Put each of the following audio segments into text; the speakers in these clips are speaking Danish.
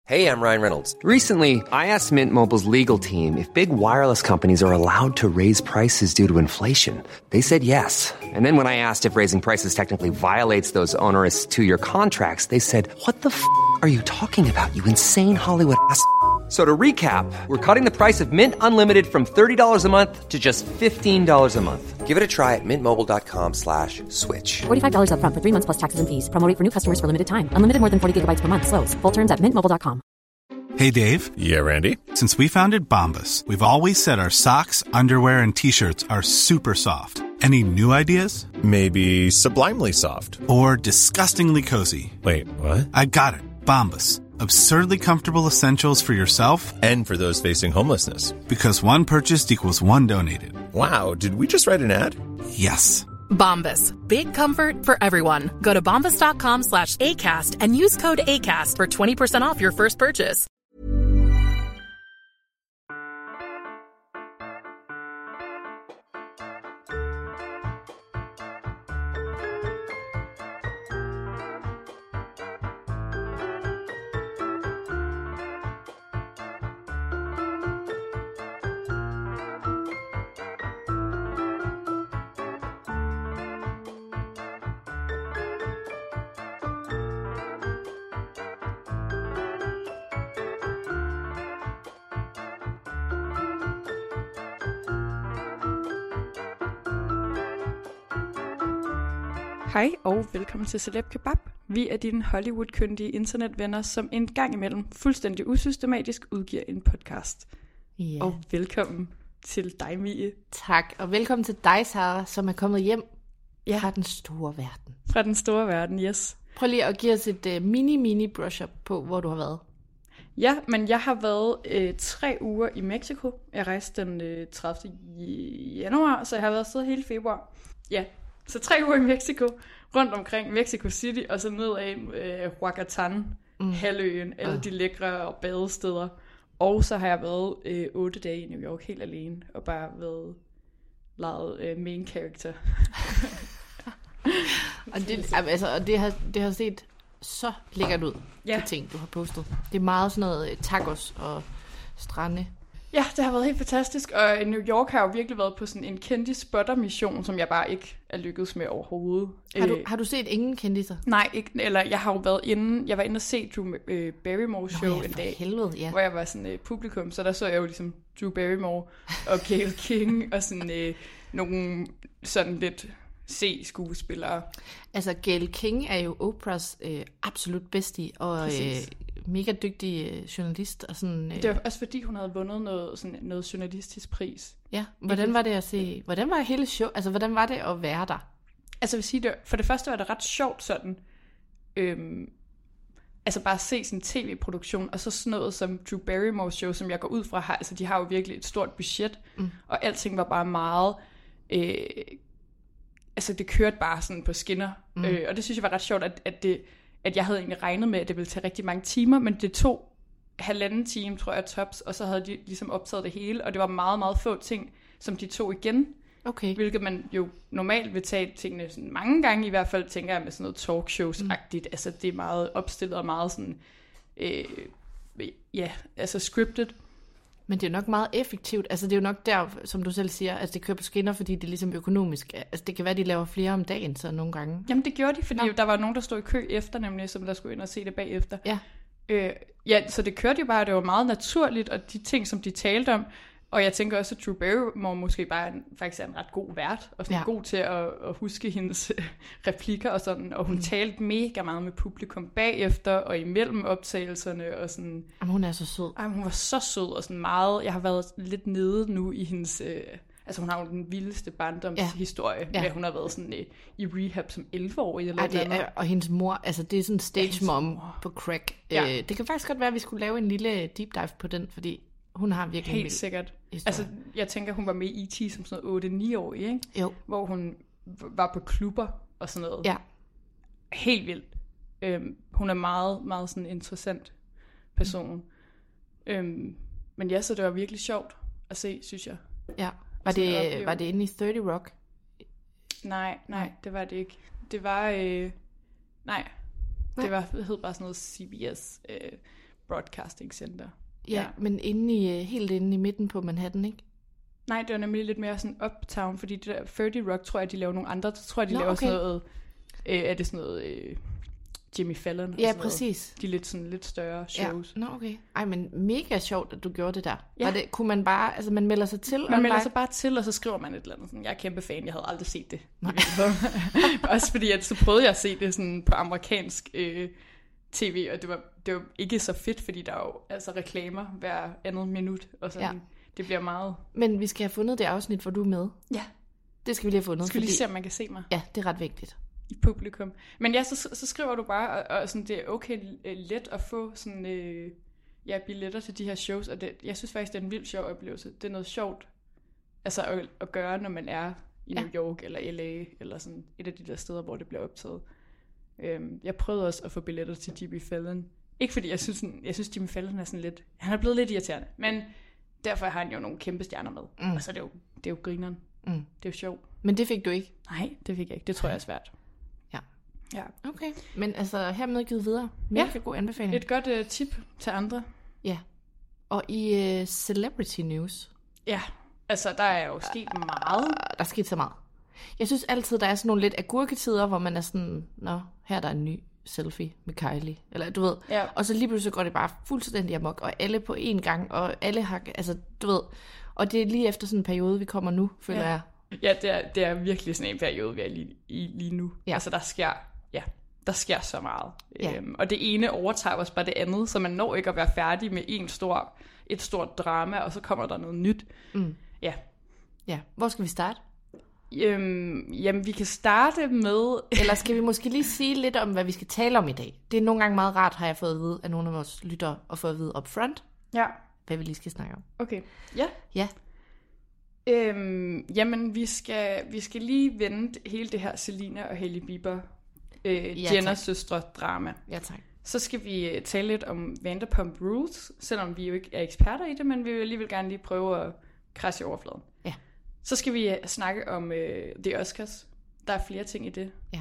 Hey, I'm Ryan Reynolds. Recently, I asked Mint Mobile's legal team if big wireless companies are allowed to raise prices due to inflation. They said yes. And then when I asked if raising prices technically violates those onerous two-year contracts, they said, "What the are you talking about, you insane Hollywood ass?" So to recap, we're cutting the price of Mint Unlimited from $30 a month to just $15 a month. Give it a try at mintmobile.com/switch. $45 up front for 3 months plus taxes and fees. Promo rate for new customers for limited time. Unlimited more than 40 gigabytes per month. Slows full terms at mintmobile.com. Hey, Dave. Yeah, Randy. Since we founded Bombas, we've always said our socks, underwear, and T-shirts are super soft. Any new ideas? Maybe sublimely soft. Or disgustingly cozy. Wait, what? I got it. Bombas. Absurdly comfortable essentials for yourself and for those facing homelessness. Because one purchased equals one donated. Wow, did we just write an ad? Yes. Bombas. Big comfort for everyone. Go to bombas.com/ACAST and use code ACAST for 20% off your first purchase. Hej og velkommen til Celeb Kebab. Vi er dine Hollywood-kyndige internetvenner, som en gang imellem fuldstændig usystematisk udgiver en podcast. Ja. Og velkommen til dig, Mie. Tak, og velkommen til dig, Sarah, som er kommet hjem fra den store verden. Fra den store verden, yes. Prøv lige at give os et mini brush-up på, hvor du har været. Ja, men jeg har været 3 uger i Mexico. Jeg rejste den 30. januar, så jeg har været afsted hele februar. Ja, så 3 uger i Mexico, rundt omkring Mexico City, og så ned af Yucatán, halvøen, alle de lækre badesteder. Og så har jeg været 8 dage i New York helt alene, og bare været lejet main character. og det har set så lækkert ud, de ting, du har postet. Det er meget sådan noget tacos og strande. Ja, det har været helt fantastisk, og New York har jo virkelig været på sådan en kendis-spotter-mission, som jeg bare ikke er lykkedes med overhovedet. Har du set ingen kendiser? Nej, ikke, eller jeg har jo været inde, jeg var inde og se Drew Barrymore show en dag, helvede, hvor jeg var sådan publikum, så der så jeg jo ligesom Drew Barrymore og Gayle King og sådan nogle sådan lidt C-skuespillere. Altså Gayle King er jo Oprahs absolut bedste og mega dygtig journalist. Og sådan, Det var også fordi, hun havde vundet noget journalistisk pris. Ja, hvordan var det at se? Hvordan var hele show? Altså, hvordan var det at være der? Altså, jeg vil sige, for det første var det ret sjovt sådan, altså bare at se sin tv-produktion, og så sådan noget som Drew Barrymore show, som jeg går ud fra, altså de har jo virkelig et stort budget, og alting var bare meget, altså det kørte bare sådan på skinner, og det synes jeg var ret sjovt, at jeg havde egentlig regnet med, at det ville tage rigtig mange timer, men det tog 1,5 time, tror jeg, tops, og så havde de ligesom optaget det hele, og det var meget, meget få ting, som de tog igen. Okay. Hvilket man jo normalt vil tage tingene sådan mange gange, i hvert fald tænker jeg med sådan noget talkshows-agtigt. Altså det er meget opstillet og meget sådan, altså scripted. Men det er jo nok meget effektivt. Altså det er jo nok der, som du selv siger, altså det kører på skinner, fordi det er ligesom økonomisk. Altså det kan være, de laver flere om dagen, så nogle gange. Jamen det gjorde de, fordi der var nogen, der stod i kø efter, nemlig, som der skulle ind og se det bagefter. Ja. Så det kørte jo bare, det var meget naturligt, og de ting, som de talte om. Og jeg tænker også, at Drew Barrymore måske bare faktisk er en ret god vært, og sådan god til at huske hendes replikker og sådan. Og hun talte mega meget med publikum bagefter, og imellem optagelserne, og sådan. Jamen, hun er så sød. Hun var så sød, og sådan meget. Jeg har været lidt nede nu i hendes. Altså hun har jo den vildeste barndomshistorie, med hun har været sådan i rehab som 11-årig eller noget. Og hendes mor, altså det er sådan en stage mom på crack. Ja. Det kan faktisk godt være, at vi skulle lave en lille deep dive på den, fordi hun har virkelig helt sikkert. Altså jeg tænker, hun var med i E.T. som sådan noget 8-9-årig, ikke? Jo. Hvor hun var på klubber og sådan noget. Ja. Helt vildt. Hun er meget, meget sådan en interessant person. Men ja, så det var virkelig sjovt at se, synes jeg. Ja. Var det inde i 30 Rock? Nej, det var det ikke. Det var, det hed bare sådan noget CBS Broadcasting Center. Ja, men helt inde i midten på Manhattan, ikke? Nej, det var nemlig lidt mere sådan uptown, fordi det der 30 Rock, tror jeg, de laver nogle andre. Så tror jeg, de laver sådan noget... er det sådan noget... Jimmy Fallon? Ja, præcis. De lidt større shows. Ja. Okay. Ej, men mega sjovt, at du gjorde det der. Ja. Kunne man bare... Altså, man melder sig til? Man melder sig bare til, og så skriver man et eller andet sådan, jeg er kæmpe fan, jeg havde aldrig set det. Også fordi, at så prøvede jeg at se det sådan på amerikansk tv, og det var ikke så fedt, fordi der er jo altså reklamer hver andet minut, og sådan... Ja. Det bliver meget... Men vi skal have fundet det afsnit, hvor du er med. Ja. Det skal vi lige have fundet. Skal vi lige se, om man kan se mig? Ja, det er ret vigtigt. I publikum. Men ja, så skriver du bare, og sådan, det er okay let at få sådan, billetter til de her shows, og jeg synes faktisk, det er en vild sjov oplevelse. Det er noget sjovt altså at gøre, når man er i New York eller LA, eller sådan et af de der steder, hvor det bliver optaget. Jeg prøvede også at få billetter til Jimmy Fallon. Ikke fordi jeg synes Jimmy Fallon er sådan lidt, han er blevet lidt irriterende, men derfor har han jo nogle kæmpe stjerner med. Og så er det er jo grineren. Det er jo sjovt. Men det fik du ikke? Nej, det fik jeg ikke. Det tror jeg er svært. Ja. Okay. Men altså, hermed givet videre. Mega god anbefaling. Et godt tip til andre. Ja. Og i Celebrity News. Ja, altså der er jo sket meget. Der er sket så meget. Jeg synes altid, der er sådan nogle lidt agurketider, hvor man er sådan, her er der en ny selfie med Kylie. Eller du ved. Ja. Og så lige pludselig går det bare fuldstændig amok, og alle på én gang, og alle har, altså du ved. Og det er lige efter sådan en periode, vi kommer nu, føler jeg. Ja, det er virkelig sådan en periode, vi er lige nu. Ja. Altså der sker så meget. Ja. Og det ene overtager også bare det andet, så man når ikke at være færdig med et stort drama, og så kommer der noget nyt. Ja. Ja. Hvor skal vi starte? Jamen, vi kan starte med... Eller skal vi måske lige sige lidt om, hvad vi skal tale om i dag? Det er nogle gange meget rart, har jeg fået at vide af nogle af vores lyttere, og fået at vide up front, hvad vi lige skal snakke om. Okay, ja. Jamen, vi skal lige vende hele det her Selena og Hailey Bieber Jenners søstre drama. Ja, tak. Så skal vi tale lidt om Vanderpump Rules, selvom vi jo ikke er eksperter i det, men vi vil alligevel gerne lige prøve at krasse i overfladen. Ja. Så skal vi snakke om The Oscars. Der er flere ting i det. Ja.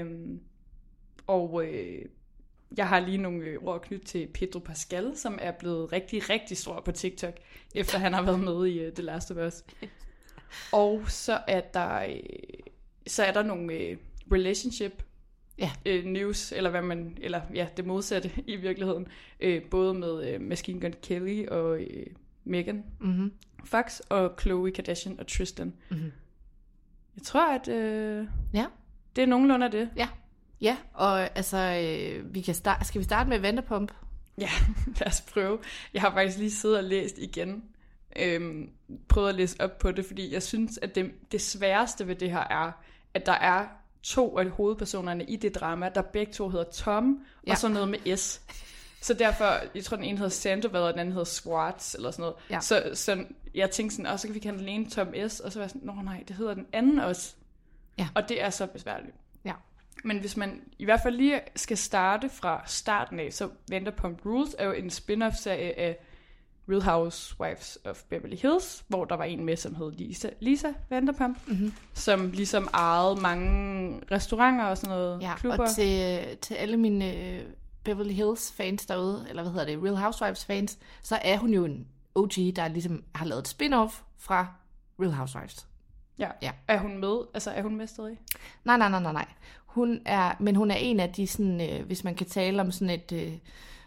Jeg har lige nogle ord at knytte til Pedro Pascal, som er blevet rigtig, rigtig stor på TikTok, efter han har været med i The Last of Us. Og så er der nogle relationship news, eller det modsatte i virkeligheden, både med Machine Gun Kelly og Megan Fox og Khloe Kardashian og Tristan. Jeg tror, at det er nogenlunde af det. Ja, og altså, skal vi starte med Vanderpump? Ja, lad os prøve. Jeg har faktisk lige siddet og læst igen. Prøvet at læse op på det, fordi jeg synes, at det sværeste ved det her er, at der er 2 af hovedpersonerne i det drama, der begge to hedder Tom, og så noget med S. Så derfor, jeg tror, den ene hedder Sandoval, og den anden hedder Swartz, eller sådan noget. Ja. Så jeg tænkte sådan, så kan vi kalde den ene Tom S, og så var jeg sådan, nej, det hedder den anden også. Ja. Og det er så besværligt. Ja. Men hvis man i hvert fald lige skal starte fra starten af, så Vanderpump Rules er jo en spin-off-serie af Real Housewives of Beverly Hills, hvor der var en med, som hed Lisa Vanderpump, som ligesom ejede mange restauranter og sådan noget, klubber. Og til alle mine Beverly Hills fans derude, eller hvad hedder det, Real Housewives fans, så er hun jo en OG, der ligesom har lavet et spin-off fra Real Housewives. Ja. Er hun med? Altså, er hun med stadig? Nej. Hun er en af de sådan, hvis man kan tale om sådan et,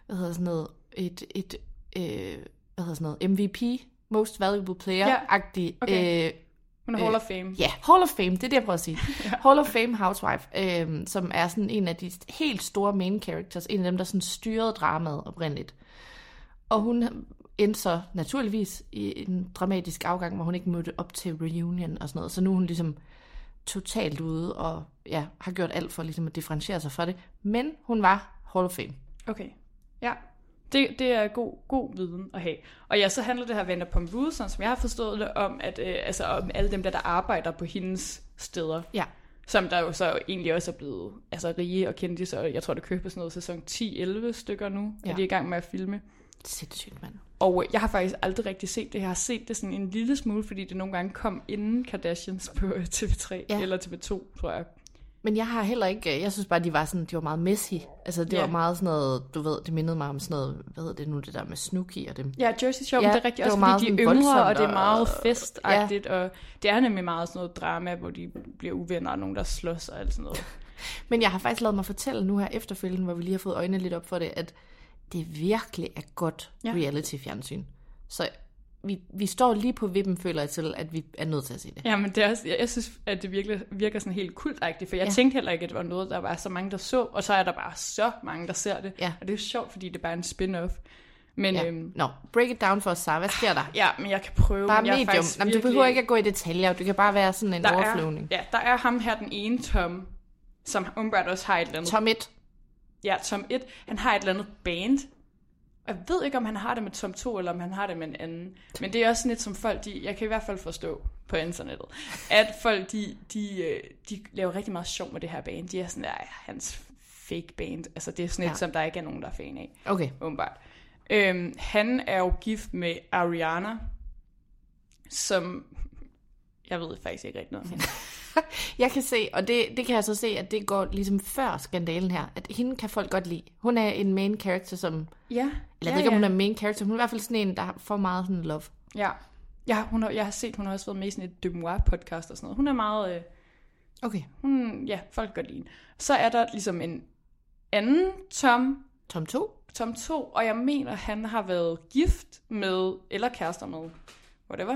MVP, Most Valuable Player-agtig. Okay. Hun er Hall of Fame. Ja, Hall of Fame, det er det, jeg prøver at sige. Hall of Fame housewife, som er sådan en af de helt store main characters, en af dem, der sådan styrede dramaet oprindeligt. Og hun endte så naturligvis i en dramatisk afgang, hvor hun ikke mødte op til reunion og sådan noget. Så nu er hun ligesom totalt ude og har gjort alt for ligesom at differentiere sig fra det. Men hun var Hall of Fame. Okay, ja. Det er god viden at have. Og så handler det her Vanderpump Rules, som jeg har forstået det, om at om alle dem, der arbejder på hendes steder. Ja. Som der jo så egentlig også er blevet rige og kendte, så jeg tror, det køber sådan noget sæson 10-11 stykker nu, og de er i gang med at filme. Sindssygt, mand. Og jeg har faktisk aldrig rigtig set det. Jeg har set det sådan en lille smule, fordi det nogle gange kom inden Kardashians på TV3, eller TV2, tror jeg. Men jeg har heller ikke, jeg synes bare, de var meget messy. Altså det var meget sådan noget, du ved, det mindede mig om sådan noget, hvad hedder det nu, det der med Snooki og dem. Ja, Jersey Shore, det er rigtigt også, fordi de er yngre, og det er meget festagtigt, og det er nemlig meget sådan noget drama, hvor de bliver uvenner, og nogen der slås og alt sådan noget. Men jeg har faktisk ladet mig fortælle nu her efterfølgende, hvor vi lige har fået øjnene lidt op for det, at det virkelig er godt reality-fjernsyn. Så vi står lige på vippen, føler jeg til, at vi er nødt til at se det. Ja, men det er også, jeg synes, at det virkelig virker sådan helt kultagtigt, for jeg tænkte heller ikke, at det var noget, der var så mange, der så, og så er der bare så mange, der ser det. Ja. Og det er sjovt, fordi det er bare en spin-off. Men, break it down for os, Sarah. Hvad sker der? Ja, men jeg kan prøve. Bare medium. Jamen, du behøver ikke at gå i detaljer, du kan bare være sådan en overflyvning. Der er ham her, den ene Tom, som umiddelbart også har et eller andet. Tom 1. Ja, Tom 1. Han har et eller andet band. Jeg ved ikke, om han har det med Tom 2, eller om han har det med en anden. Men det er også sådan lidt som folk, jeg kan i hvert fald forstå på internettet, at folk, de laver rigtig meget sjov med det her band. De er sådan, hans fake band. Altså det er sådan lidt, som der ikke er nogen, der er fan af. Okay. Åbenbart. Han er jo gift med Ariana, som... Jeg ved faktisk ikke rigtig noget om hende. Jeg kan se, og det kan jeg så se, at det går ligesom før skandalen her, at hende kan folk godt lide. Hun er en main character, som... Ja. Eller jeg ved ikke, om hun er main character. Hun er i hvert fald sådan en, der får meget sådan love. Ja. Jeg har set, hun har også været med i sådan et Demois-podcast og sådan noget. Hun er meget... Okay. Folk kan godt lide hende. Så er der ligesom en anden Tom. Tom 2? Tom 2, og jeg mener, han har været gift med, eller kærester med, whatever,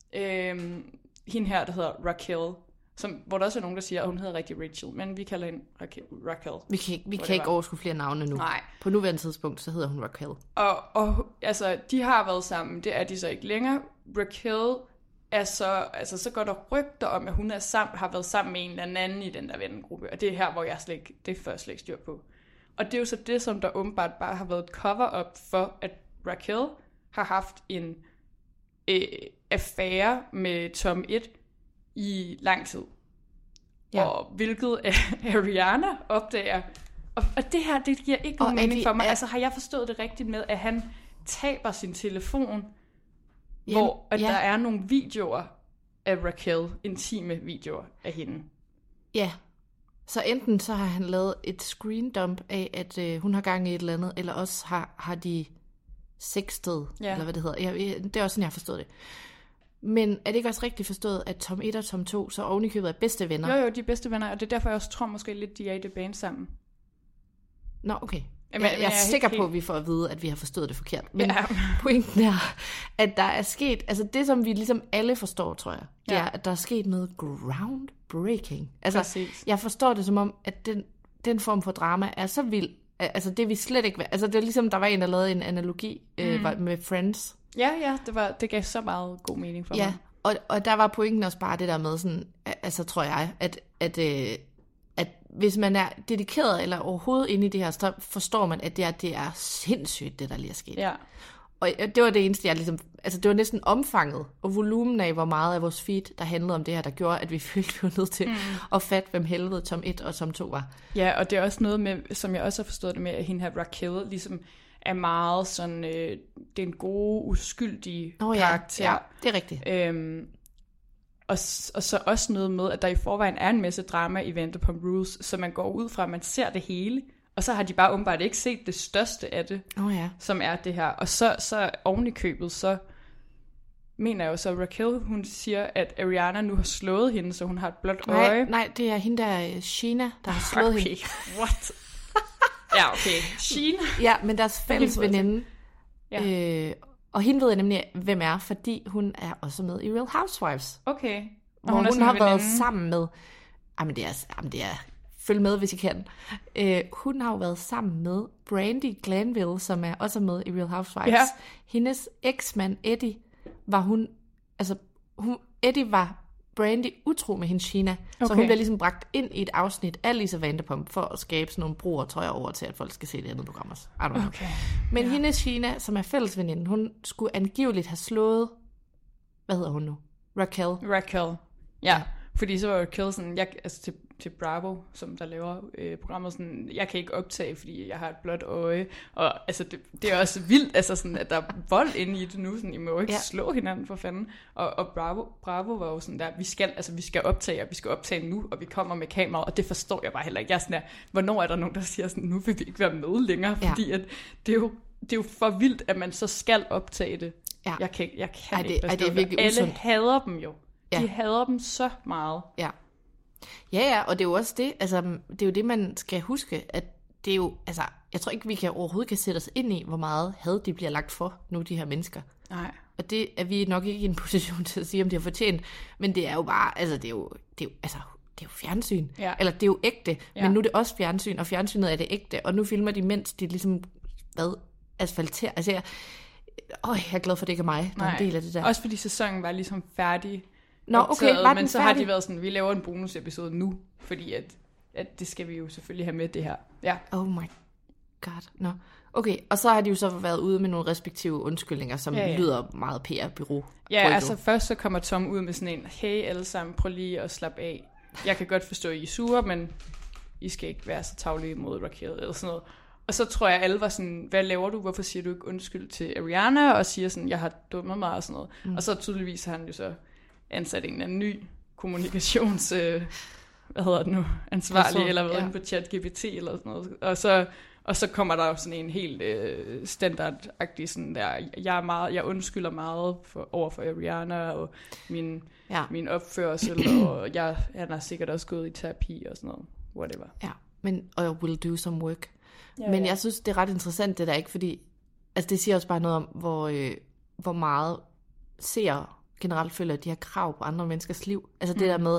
hende her, der hedder Raquel, hvor der også er nogen, der siger, at hun hedder rigtig Rachel, men vi kalder hende Raquel. Vi kan ikke overskue flere navne nu. Nej. På nuværende tidspunkt, så hedder hun Raquel. Og altså, de har været sammen, det er de så ikke længere. Raquel er så går der rygter om, at hun har været sammen med en eller anden i den der vennegruppe, og det er her, hvor jeg det først slet ikke styr på. Og det er jo så det, som der åbenbart bare har været et cover-up for, at Raquel har haft en affære med Tom 1 i lang tid. Ja. Og hvilket Ariana opdager. Og det her, det giver ikke nogen mening for mig. Altså har jeg forstået det rigtigt med, at han taber sin telefon, hvor der er nogle videoer af Raquel, intime videoer af hende. Ja. Så enten så har han lavet et screen dump af, at hun har gang i et eller andet, eller også har de sextet, eller hvad det hedder. Det er også sådan, jeg har forstået det. Men er det ikke også rigtigt forstået, at Tom 1 og Tom 2 så ovenikøbet er bedste venner? Jo, de er bedste venner, og det er derfor, jeg også tror måske lidt, de er i det band sammen. Nå, okay. Jeg er sikker på, at vi får at vide, at vi har forstået det forkert. Men pointen er, at der er sket, altså det, som vi ligesom alle forstår, tror jeg, det er, at der er sket noget groundbreaking. Altså, præcis. Jeg forstår det som om, at den form for drama er så vild. Altså det vi slet ikke... Altså det er ligesom, der var en, der lavede en analogi med Friends. Ja, det gav så meget god mening for mig. Og der var pointen også bare det der med sådan, altså tror jeg, at hvis man er dedikeret eller overhovedet inde i det her, så forstår man, at det er sindssygt, det der lige er sket. Ja. Og det var det eneste, jeg ligesom... Altså det var næsten omfanget og volumen af, hvor meget af vores feed, der handlede om det her, der gjorde, at vi følte, vi var nødt til at fatte, hvem helvede Tom 1 og Tom 2 var. Ja, og det er også noget med, som jeg også har forstået det med, at hende her Raquel ligesom er meget sådan... det er en god, uskyldig karakter. Ja, det er rigtigt. Og så også noget med, at der i forvejen er en masse drama i Vanderpump Rules, så man går ud fra, at man ser det hele, og så har de bare åbenbart ikke set det største af det, som er det her. Og så oven i købet, så mener jeg jo så, at Raquel, hun siger, at Ariana nu har slået hende, så hun har et blåt øje. Nej, det er hende der, Sheena, der har slået hende. What? Ja, okay. Sheena? Ja, men deres fælles veninde. Ja. Og hende ved jeg nemlig, hvem er, fordi hun er også med i Real Housewives. Okay. Og hvor hun har været sammen med... Jamen det er... Følg med, hvis I kan. Hun har jo været sammen med Brandi Glanville, som er også med i Real Housewives. Ja. Hendes eksmand Eddie var hun... Altså, Eddie var Brandi utro med hendes Sheena. Okay. Så hun bliver ligesom bragt ind i et afsnit af Lisa Vanderpump for at skabe sådan nogle broer, tror jeg, over til, at folk skal se det andet program også. Okay. Men hendes Sheena, som er fællesveninde, hun skulle angiveligt have slået... Hvad hedder hun nu? Raquel. Ja. Fordi så var Raquel sådan... til Bravo, som der laver programmet, sådan, jeg kan ikke optage, fordi jeg har et blåt øje, og altså, det er også vildt, altså sådan, at der er vold inde i det nu, sådan, I må jo ikke slå hinanden for fanden, og Bravo var jo sådan der, vi skal optage, og vi skal optage nu, og vi kommer med kameraet, og det forstår jeg bare heller ikke. Jeg er sådan der, hvornår er der nogen, der siger sådan, nu vil vi ikke være med længere, fordi at det er jo for vildt, at man så skal optage det. Ja. Jeg kan ikke forstå det. Alle hader dem jo. Ja. De hader dem så meget. Ja, og det er jo også det, altså, det er jo det, man skal huske, at det er jo, altså, jeg tror ikke, vi overhovedet kan sætte os ind i, hvor meget had de bliver lagt for nu, de her mennesker. Nej. Og det er vi nok ikke i en position til at sige, om de har fortjent, men det er jo bare, altså, det er jo fjernsyn, eller det er jo ægte, men nu er det også fjernsyn, og fjernsynet er det ægte, og nu filmer de, mens de ligesom, asfalterer, altså jeg er glad for, det ikke er mig, der er en del af det der. Også fordi sæsonen var ligesom færdig. Okay, var men så færdig? Har de været sådan, vi laver en bonusepisode nu, fordi at det skal vi jo selvfølgelig have med det her. Ja. Oh my god. Okay, og så har de jo så været ude med nogle respektive undskyldninger, som lyder meget PR-bureau. Ja, altså først så kommer Tom ud med sådan en, hey alle sammen, prøv lige at slappe af. Jeg kan godt forstå, at I er sure, men I skal ikke være så tavlige mod Raquel eller sådan noget. Og så tror jeg, alle var sådan, hvad laver du? Hvorfor siger du ikke undskyld til Ariana? Og siger sådan, jeg har dummet mig og sådan noget. Og så tydeligvis har han jo så ansat en eller anden ny kommunikations... ansvarlig, eller været inde på ChatGPT eller sådan noget. Og så kommer der jo sådan en helt standardagtig sådan der, jeg undskylder meget over for Ariana og min opførsel, og han har sikkert også gået i terapi og sådan noget, whatever. Ja, men og will do some work. Men jeg synes, det er ret interessant det der, ikke? Fordi altså, det siger også bare noget om, hvor meget seere generelt føler, at de har krav på andre menneskers liv. Altså det der med,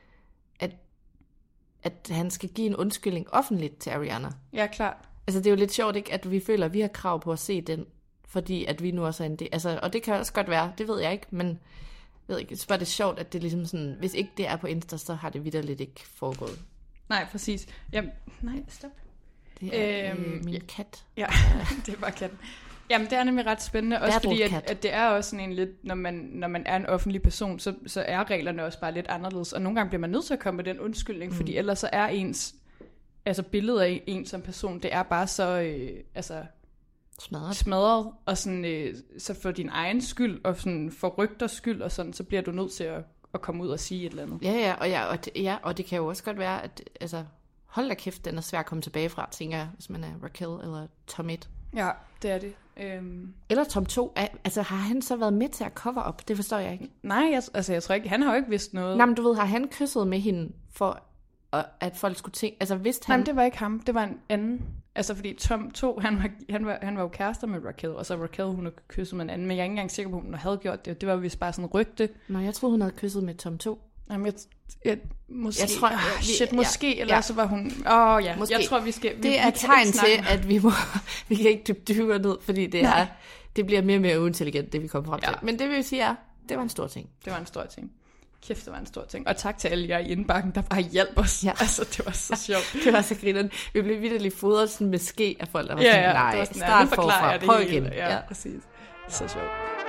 at han skal give en undskyldning offentligt til Ariana. Ja, klart. Altså det er jo lidt sjovt, ikke, at vi føler, at vi har krav på at se den, fordi at vi nu også er en del. Altså, og det kan også godt være, det ved jeg ikke, men jeg ved ikke, så var det sjovt, at det ligesom sådan, hvis ikke det er på Insta, så har det vitterligt ikke foregået. Nej, præcis. Jamen, nej, stop. Det er min kat. Ja, det er bare katten. Jamen, det er nemlig ret spændende, også fordi, at det er også sådan en lidt, når man er en offentlig person, så er reglerne også bare lidt anderledes, og nogle gange bliver man nødt til at komme med den undskyldning, fordi ellers så er ens, altså billedet af en som person, det er bare så, smadret, og sådan, så for din egen skyld, og sådan for rygters skyld, og sådan, så bliver du nødt til at komme ud og sige et eller andet. Og det kan jo også godt være, at, altså, hold da kæft, den er svær at komme tilbage fra, tænker jeg, hvis man er Raquel eller Tom 1. Ja, det er det. Eller Tom 2. Altså, har han så været med til at cover up? Det forstår jeg ikke. Nej, jeg tror ikke. Han har jo ikke vidst noget. Nej, men du ved, har han kysset med hende for, at folk skulle tænke... Altså, vidste han... Nej, det var ikke ham. Det var en anden. Altså, fordi Tom 2, han var jo kærester med Raquel, og så Raquel, hun har kysset med en anden. Men jeg er ikke engang sikker på, hun havde gjort det. Det var vist bare sådan rygte. Nå, jeg troede, hun havde kysset med Tom 2. Jamen, måske. Jeg tror, måske, eller så var hun... Måske. Jeg tror, vi skal... Det er et tegn til, at vi kan ikke dybe dybere ned, fordi det bliver mere og mere uintelligent, det vi kommer frem til. Men det vil sige, det var en stor ting. Det var en stor ting. Kæft, det var en stor ting. Og tak til alle jer i indbakken, der bare hjalp os. Ja. Altså, det var så sjovt. Det var så grineren. Vi blev vitterlig fodret sådan med ske af folk, der var sådan, nej, start forfra, prøv igen. Ja, præcis. Så sjovt.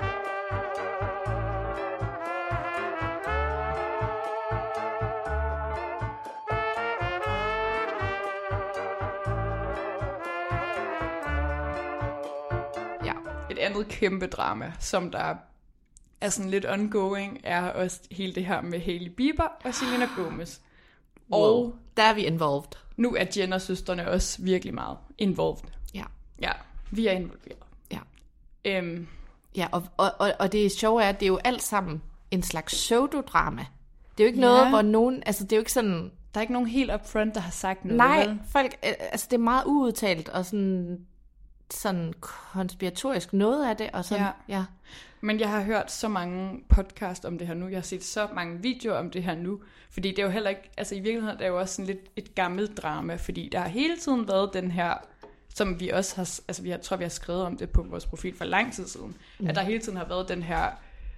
Et andet kæmpe drama, som der er sådan lidt ongoing, er også hele det her med Hailey Bieber og Selena Gomez. Og der er vi involved. Nu er Jenner-søstrene også virkelig meget involved. Ja, vi er involveret. Ja. Ja, og det sjove er, at det er jo alt sammen en slags pseudodrama. Det er jo ikke noget, hvor nogen... Altså, det er jo ikke sådan... Der er ikke nogen helt upfront, der har sagt noget. Nej, folk... Altså, det er meget uudtalt og sådan konspiratorisk noget af det, og sådan, ja. Men jeg har hørt så mange podcast om det her nu, jeg har set så mange videoer om det her nu, fordi det er jo heller ikke, altså i virkeligheden er det jo også sådan lidt et gammelt drama, fordi der har hele tiden været den her, som vi også har, altså jeg tror vi har skrevet om det på vores profil for lang tid siden, at der hele tiden har været den her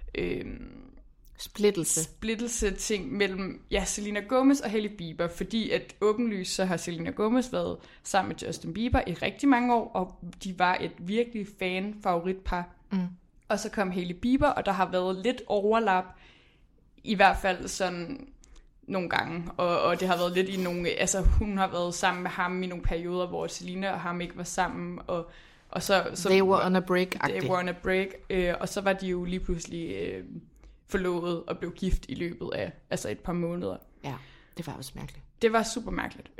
splittelse ting mellem Selena Gomez og Hailey Bieber, fordi at åbenlyst så har Selena Gomez været sammen med Justin Bieber i rigtig mange år, og de var et virkelig fan-favoritpar. Og så kom Hailey Bieber, og der har været lidt overlap, i hvert fald sådan, nogle gange, og det har været lidt i nogle, altså hun har været sammen med ham i nogle perioder, hvor Selena og ham ikke var sammen, og så they were on a break. They were on a break, og så var de jo lige pludselig forlovet og blev gift i løbet af altså et par måneder. Ja, det var også mærkeligt. Det var super mærkeligt.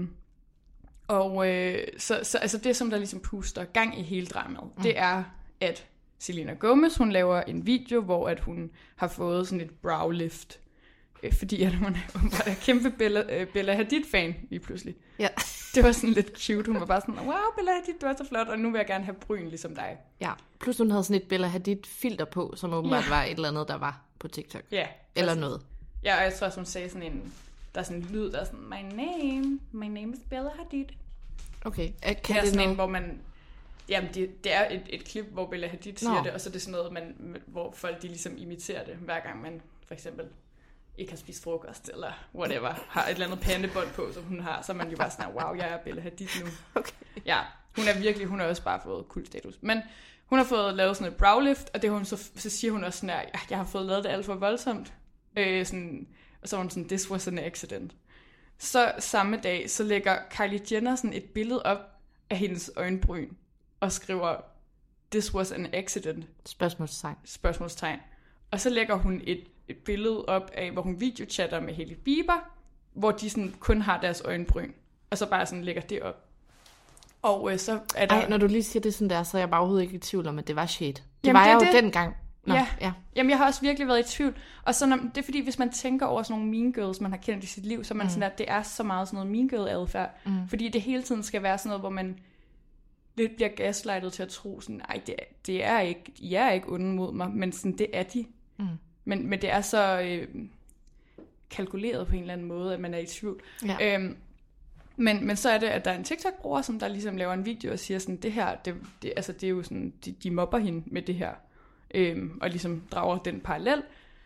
Så altså det, som der ligesom puster gang i hele dramaet, det er, at Selena Gomez, hun laver en video, hvor at hun har fået sådan et brow lift, fordi at hun var en kæmpe Bella Hadid-fan lige pludselig. Ja. Det var sådan lidt cute. Hun var bare sådan, wow, Bella Hadid, du er så flot, og nu vil jeg gerne have bryn ligesom dig. Ja, plus hun havde sådan et Bella Hadid-filter på, som åbenbart var et eller andet, der var på TikTok. Ja. Eller noget. Ja, og jeg tror også, hun sagde sådan en, der er sådan en lyd, der er sådan, my name is Bella Hadid. Okay. Kan det er sådan en, hvor man... Jamen, det er et klip, hvor Bella Hadid siger det, og så er det sådan noget, hvor folk de ligesom imiterer det, hver gang man for eksempel ikke har spist frokost, eller whatever, har et eller andet pandebånd på, som hun har, så er man jo bare sådan, wow, jeg er Bella Hadid nu. Okay. Ja, hun har også bare fået kultstatus. Men hun har fået lavet sådan et browlift, og det hun så siger hun også sådan her, jeg har fået lavet det alt for voldsomt. Sådan, og så var hun sådan, this was an accident. Så samme dag, så lægger Kylie Jenner sådan et billede op af hendes øjenbryn, og skriver, this was an accident. Spørgsmålstegn. Og så lægger hun et billede op af, hvor hun videochatter med Hailey Bieber, hvor de sådan kun har deres øjenbryn. Og så bare sådan lægger det op. Og så er der... Ej, når du lige siger det sådan der, så er jeg bare overhovedet ikke i tvivl om, at det var shade. Det var jeg jo dengang. Ja. Jamen, jeg har også virkelig været i tvivl. Og så det er fordi, hvis man tænker over sådan nogle mean girls, man har kendt i sit liv, så er man sådan, at det er så meget sådan noget mean girl adfærd. Fordi det hele tiden skal være sådan noget, hvor man lidt bliver gaslightet til at tro sådan, ej, det er ikke, I er ikke onde mod mig, men sådan, det er de. Men det er så kalkuleret på en eller anden måde, at man er i tvivl. Ja. Men så er det, at der er en TikTok-bruger, som der ligesom laver en video og siger sådan, det her, det er jo sådan, de mobber hende med det her, og ligesom drager den parallel.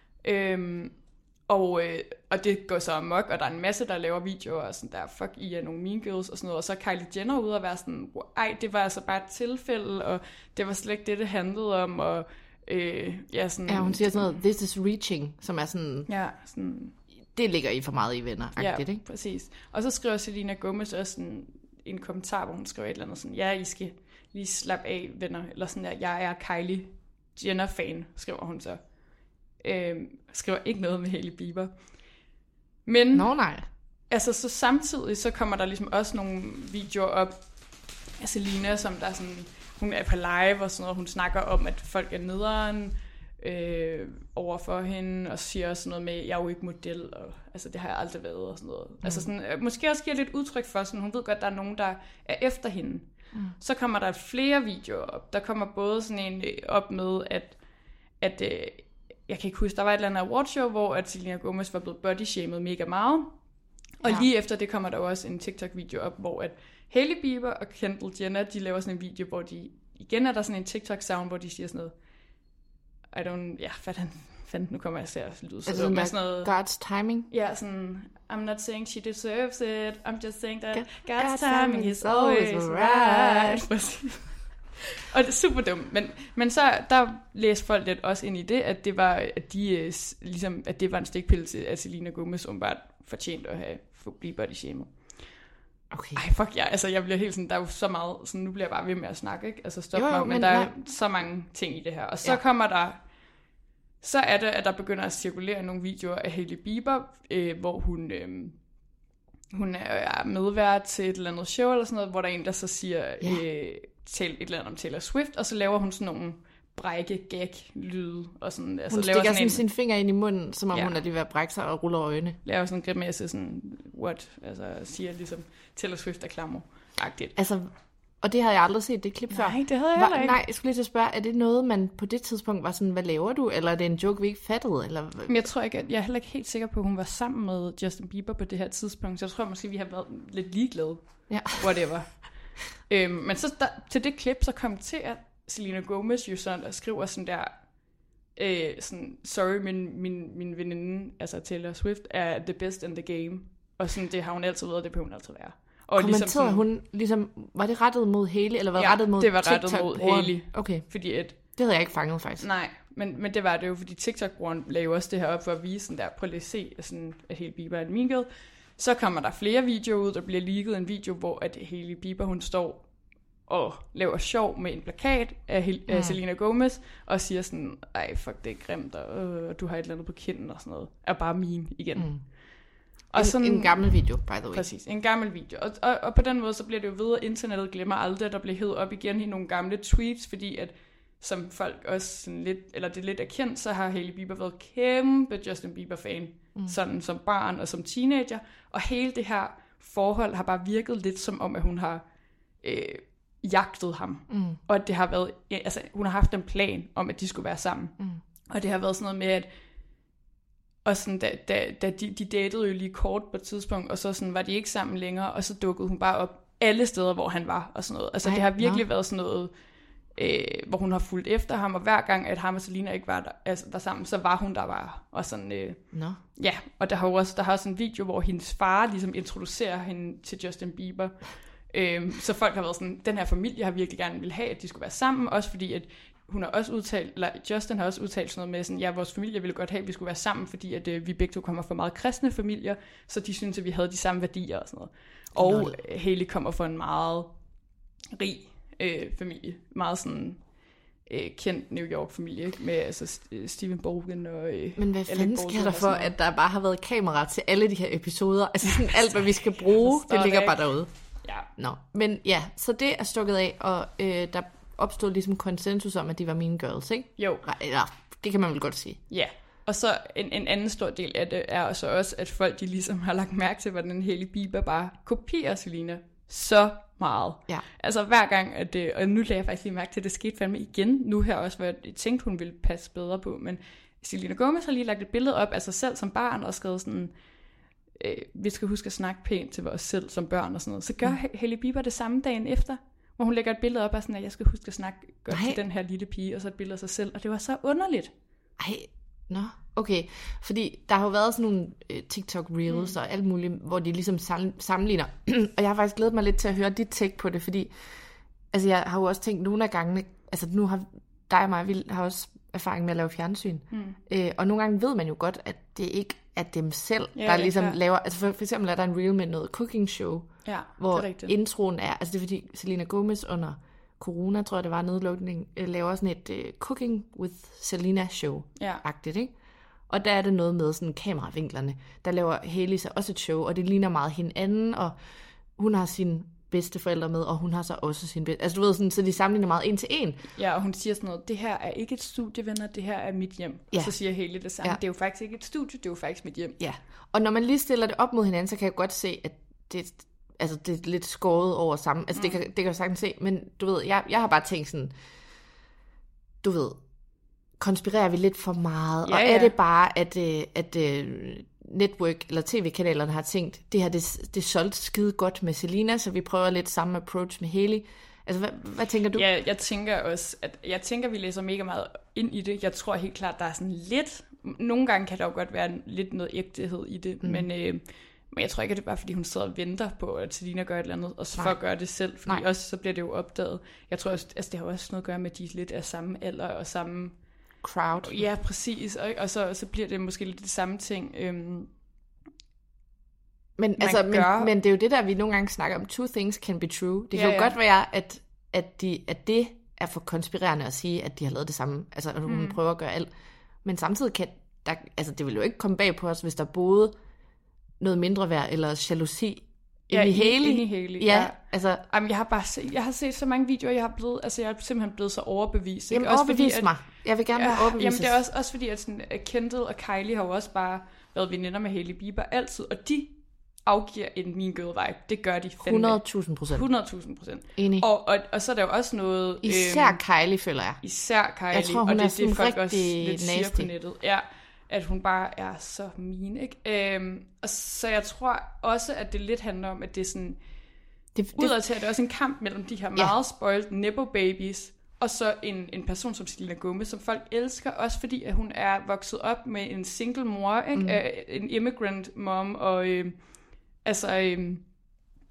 Og det går så amok, og der er en masse, der laver videoer, og sådan der, fuck, I er nogle mean girls, og sådan noget, og så er Kylie Jenner ude og være sådan, ej, det var altså bare et tilfælde, og det var slet ikke det handlede om, og sådan... Ja, hun siger sådan noget, this is reaching, som er sådan... Ja, sådan... Det ligger I for meget i venner, ikke? Præcis. Og så skriver Selena Gomez også sådan en kommentar, hvor hun skriver et eller andet sådan, ja, I skal lige slappe af, venner, eller sådan der, jeg er Kylie Jenner-fan, skriver hun så. Skriver ikke noget med Hailey Bieber. Men nej. Altså så samtidig så kommer der ligesom også nogle videoer op af Selena, som der sådan, hun er på live og sådan noget, hun snakker om, at folk er nederen over for hende, og siger også noget med, jeg er jo ikke model, og altså det har jeg aldrig været, og sådan noget. Altså sådan, måske også giver lidt udtryk for, sådan, hun ved godt, der er nogen, der er efter hende. Så kommer der flere videoer op. Der kommer både sådan en op med, at jeg kan ikke huske, der var et eller andet awardshow, hvor at Selena Gomez var blevet bodyshamed mega meget. Og lige efter det kommer der også en TikTok-video op, hvor at Hailey Bieber og Kendall Jenner, de laver sådan en video, hvor de, igen er der sådan en TikTok-sound, hvor de siger sådan noget, nu kommer jeg til at lyde så dumt. Sådan noget, God's timing? Ja, sådan, I'm not saying she deserves it, I'm just saying that God's timing is always right. Præcis. Og det er super dumt, men så der læste folk lidt også ind i det, at det var, at de ligesom, at det var en stikpille til, at Selena Gomez åbenbart fortjent at blive bodyshamed. Okay. Ej, fuck ja, altså jeg bliver helt sådan, der er jo så meget, sådan nu bliver jeg bare ved med at snakke, ikke? Altså stop mig, men der er så mange ting i det her. Og så kommer der, så er det, at der begynder at cirkulere nogle videoer af Hailey Bieber, hvor hun er medvært til et eller andet show eller sådan noget, hvor der er en, der så siger et eller andet om Taylor Swift, og så laver hun sådan nogle brække gag-lyde. Og sådan, altså, hun stikker sådan sin finger ind i munden, som om hun er lige ved at brække sig og ruller øjne. Laver sådan en grimasse, sådan, what? Altså siger ligesom, Taylor Swift er klammer-agtigt. Altså, og det havde jeg aldrig set det klip før. Nej, det havde jeg heller ikke. Nej, jeg skulle lige til at spørge, er det noget, man på det tidspunkt var sådan, hvad laver du? Eller er det en joke, vi ikke fattede? Eller? Men jeg tror ikke, jeg er heller ikke helt sikker på, at hun var sammen med Justin Bieber på det her tidspunkt. Så jeg tror måske, vi har været lidt ligeglade. Ja. Whatever. Men så til det klip, så kom til, at Selena Gomez jo sådan, der skriver sådan der, sådan, sorry, min veninde, altså Taylor Swift, er the best in the game. Og sådan, det har hun altid været, og det behøver hun altid være. Og kommenterede ligesom hun, ligesom, var det rettet mod Hailey, eller var det rettet mod TikTok? Det var rettet mod Hailey. Okay. Fordi at Det havde jeg ikke fanget, faktisk. Nej, men det var det jo, fordi TikTok-brugeren lagde jo også det her op for at vise sådan der, prøv lige at se, sådan, at Hailey Bieber er en mean girl. Så kommer der flere videoer ud, der bliver leaget en video, hvor at Hailey Bieber, hun står og laver sjov med en plakat af Selena Gomez, og siger sådan, ej, fuck, det er grimt, og du har et eller andet på kinden og sådan noget. Er bare mean igen. Og sådan, en gammel video, by the way. Præcis, en gammel video. Og på den måde, så bliver det jo ved, at internettet glemmer aldrig, der bliver hævet op igen i nogle gamle tweets, fordi at, som folk også sådan lidt, eller det lidt er kendt, så har Hailey Bieber været kæmpe Justin Bieber-fan, sådan som barn og som teenager, og hele det her forhold har bare virket lidt som om, at hun har jagtet ham, og at det har været, altså hun har haft en plan om, at de skulle være sammen, og det har været sådan noget med, at og sådan, da de datede jo lige kort på et tidspunkt, og så sådan, var de ikke sammen længere, og så dukkede hun bare op alle steder, hvor han var, og sådan noget. Altså det har virkelig været sådan noget, hvor hun har fulgt efter ham, og hver gang, at ham og Selena ikke var der sammen, så var hun der bare, og sådan, ja, og der har også en video, hvor hendes far ligesom introducerer hende til Justin Bieber, så folk har været sådan, den her familie har virkelig gerne vil have, at de skulle være sammen, også fordi, at hun har også udtalt, eller Justin har også udtalt sådan noget med, sådan, ja, vores familie ville godt have, at vi skulle være sammen, fordi at vi begge to kommer fra meget kristne familier, så de synes, at vi havde de samme værdier og sådan noget. Og Hailey kommer fra en meget rig familie, meget sådan kendt New York-familie, med altså Stephen Borgen og men hvad fanden sker der for, at der bare har været kamera til alle de her episoder? Altså sådan alt, hvad vi skal bruge, det ligger bare derude. Ja. Nå, men ja, så det er stukket af, og der opstod ligesom konsensus om, at de var mean girls, ikke? Jo. Eller, det kan man vel godt sige. Ja, og så en anden stor del af det er også, at folk de ligesom har lagt mærke til, hvordan Hailey Bieber bare kopierer Selena så meget. Ja. Altså hver gang, og nu lagde jeg faktisk lige mærke til, at det skete fandme igen, nu her også, hvor jeg tænkte, hun ville passe bedre på, men Selena Gomez har lige lagt et billede op af sig selv som barn, og skrevet sådan, vi skal huske at snakke pænt til os selv som børn og sådan noget. Så gør Hailey Bieber det samme dagen efter, hvor hun lægger et billede op af sådan, at jeg skal huske at snakke godt til den her lille pige, og så et billede af sig selv, og det var så underligt. Okay, fordi der har jo været sådan nogle TikTok Reels og alt muligt, hvor de ligesom sammenligner, og jeg har faktisk glædet mig lidt til at høre dit take på det, fordi altså jeg har jo også tænkt nogle af gangene, altså nu har dig og mig, vi har også erfaring med at lave fjernsyn, og nogle gange ved man jo godt, at det ikke er dem selv, der ligesom laver, altså for eksempel er der en reel med noget cooking show, hvor introen er, altså det er fordi Selena Gomez under corona, tror jeg det var, nedlukning, laver sådan et Cooking with Selena show-agtigt, ikke? Og der er det noget med sådan kameravinklerne. Der laver Hailey så også et show, og det ligner meget hinanden, og hun har sine bedsteforældre med, og hun har så også sin altså du ved sådan, så de sammenligner meget en til en. Ja, og hun siger sådan noget, det her er ikke et studie, venner, det her er mit hjem. Ja. Og så siger Hailey det samme, det er jo faktisk ikke et studie, det er jo faktisk mit hjem. Ja, og når man lige stiller det op mod hinanden, så kan jeg godt se, at det er lidt skåret over sammen. Altså det kan jeg sagtens se, men du ved, jeg har bare tænkt sådan, du ved, konspirerer vi lidt for meget, og er det bare, at network eller tv-kanalerne har tænkt, det her, det solgte skide godt med Selena, så vi prøver lidt samme approach med Hailey. Altså, hvad tænker du? Ja, jeg tænker også, vi læser mega meget ind i det. Jeg tror helt klart, der er sådan lidt, nogle gange kan der jo godt være lidt noget ægtehed i det, men jeg tror ikke, at det er bare, fordi hun sidder og venter på, at Selena gør et eller andet, og så for at gøre det selv, fordi også så bliver det jo opdaget. Jeg tror også, altså det har også noget at gøre med, at de lidt er samme alder og samme crowd. Ja, præcis, og så bliver det måske lidt det samme ting. Men det er jo det der, vi nogle gange snakker om, two things can be true. Det kan jo godt være, at det er for konspirerende at sige, at de har lavet det samme, altså at hun prøver at gøre alt. Men samtidig kan der, altså det vil jo ikke komme bag på os, hvis der både noget mindre værd eller jalousi inde i Hailey. Ja. Altså, jamen, jeg har set så mange videoer, jeg er simpelthen blevet så overbevist. Jamen, overbevis mig. Jeg vil gerne være overbevist. Jamen, det er også fordi, at sådan, Kendall og Kylie har jo også bare været veninder med Hailey Bieber altid, og de afgiver en mean girl vibe. Det gør de fandme. 100.000%. 100.000%. Enig. Og så er der jo også noget... Især Kylie, føler jeg. Især Kylie. Jeg tror, hun og er sådan folk rigtig også lidt siger nasty på nettet. Ja, at hun bare er så mean, ikke? Og så jeg tror også, at det lidt handler om, at det er sådan... Udadtil er det også en kamp mellem de her meget spoiled nepo babies, og så en person som Selena Gomez, som folk elsker, også fordi at hun er vokset op med en single mor, ikke? En immigrant mom, og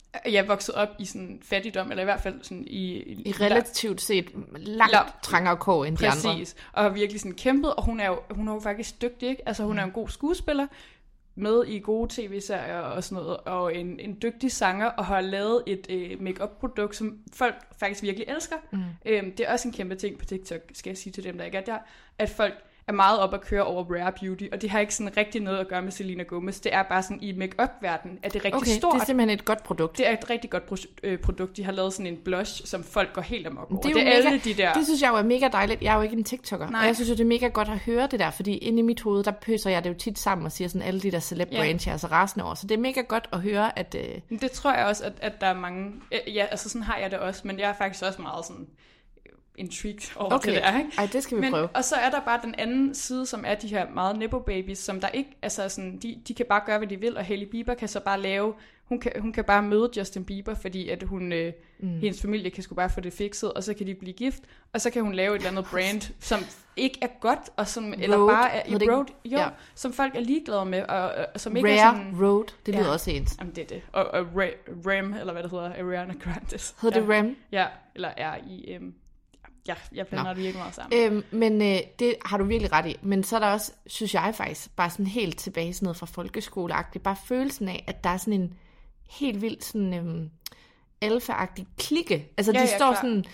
Jeg voksede op i sådan fattigdom, eller i hvert fald sådan i relativt set langt trangere kår end de andre. Præcis, og har virkelig sådan kæmpet, og hun er jo faktisk dygtig, ikke? Altså hun er en god skuespiller, med i gode tv-serier og sådan noget, og en dygtig sanger, og har lavet et make-up-produkt, som folk faktisk virkelig elsker. Det er også en kæmpe ting på TikTok, skal jeg sige til dem, der ikke er der, at folk er meget op at køre over rare beauty, og det har ikke sådan rigtig noget at gøre med Selena Gomez. Det er bare sådan, i make-up-verdenen, at det er rigtig stort. Det er simpelthen et godt produkt. Det er et rigtig godt produkt. De har lavet sådan en blush, som folk går helt amok over. Det er alle de der... Det synes jeg jo er mega dejligt. Jeg er jo ikke en TikToker. Nej. Og jeg synes jo, det er mega godt at høre det der, fordi inde i mit hoved, der pøser jeg det jo tit sammen og siger sådan alle de der celeb-brands, jeg er så rasende over. Så det er mega godt at høre, at... Det tror jeg også, at der er mange... Ja, altså sådan har jeg det også, men jeg er faktisk også meget sådan... intrigued over det der, ikke? Ej, det skal vi prøve. Og så er der bare den anden side, som er de her meget nepo babies, som der ikke, altså sådan, de kan bare gøre, hvad de vil, og Hailey Bieber kan så bare lave, hun kan bare møde Justin Bieber, fordi at hendes familie kan sgu bare få det fikset, og så kan de blive gift, og så kan hun lave et eller andet brand, som ikke er godt, og som, eller bare er i Road, som folk er ligeglade med, og som ikke Rare er sådan... Road, det lyder også ens. Jamen det er det. Og Ram, eller hvad det hedder, Ariana Grande. Hedder det Ram? Ja, eller R-I-M. Ja, jeg blander det virkelig meget sammen. Men det har du virkelig ret i. Men så er der også, synes jeg faktisk, bare sådan helt tilbage sådan noget fra folkeskoleagtigt, bare følelsen af, at der er sådan en helt vildt sådan alfa-agtig klikke. Altså de står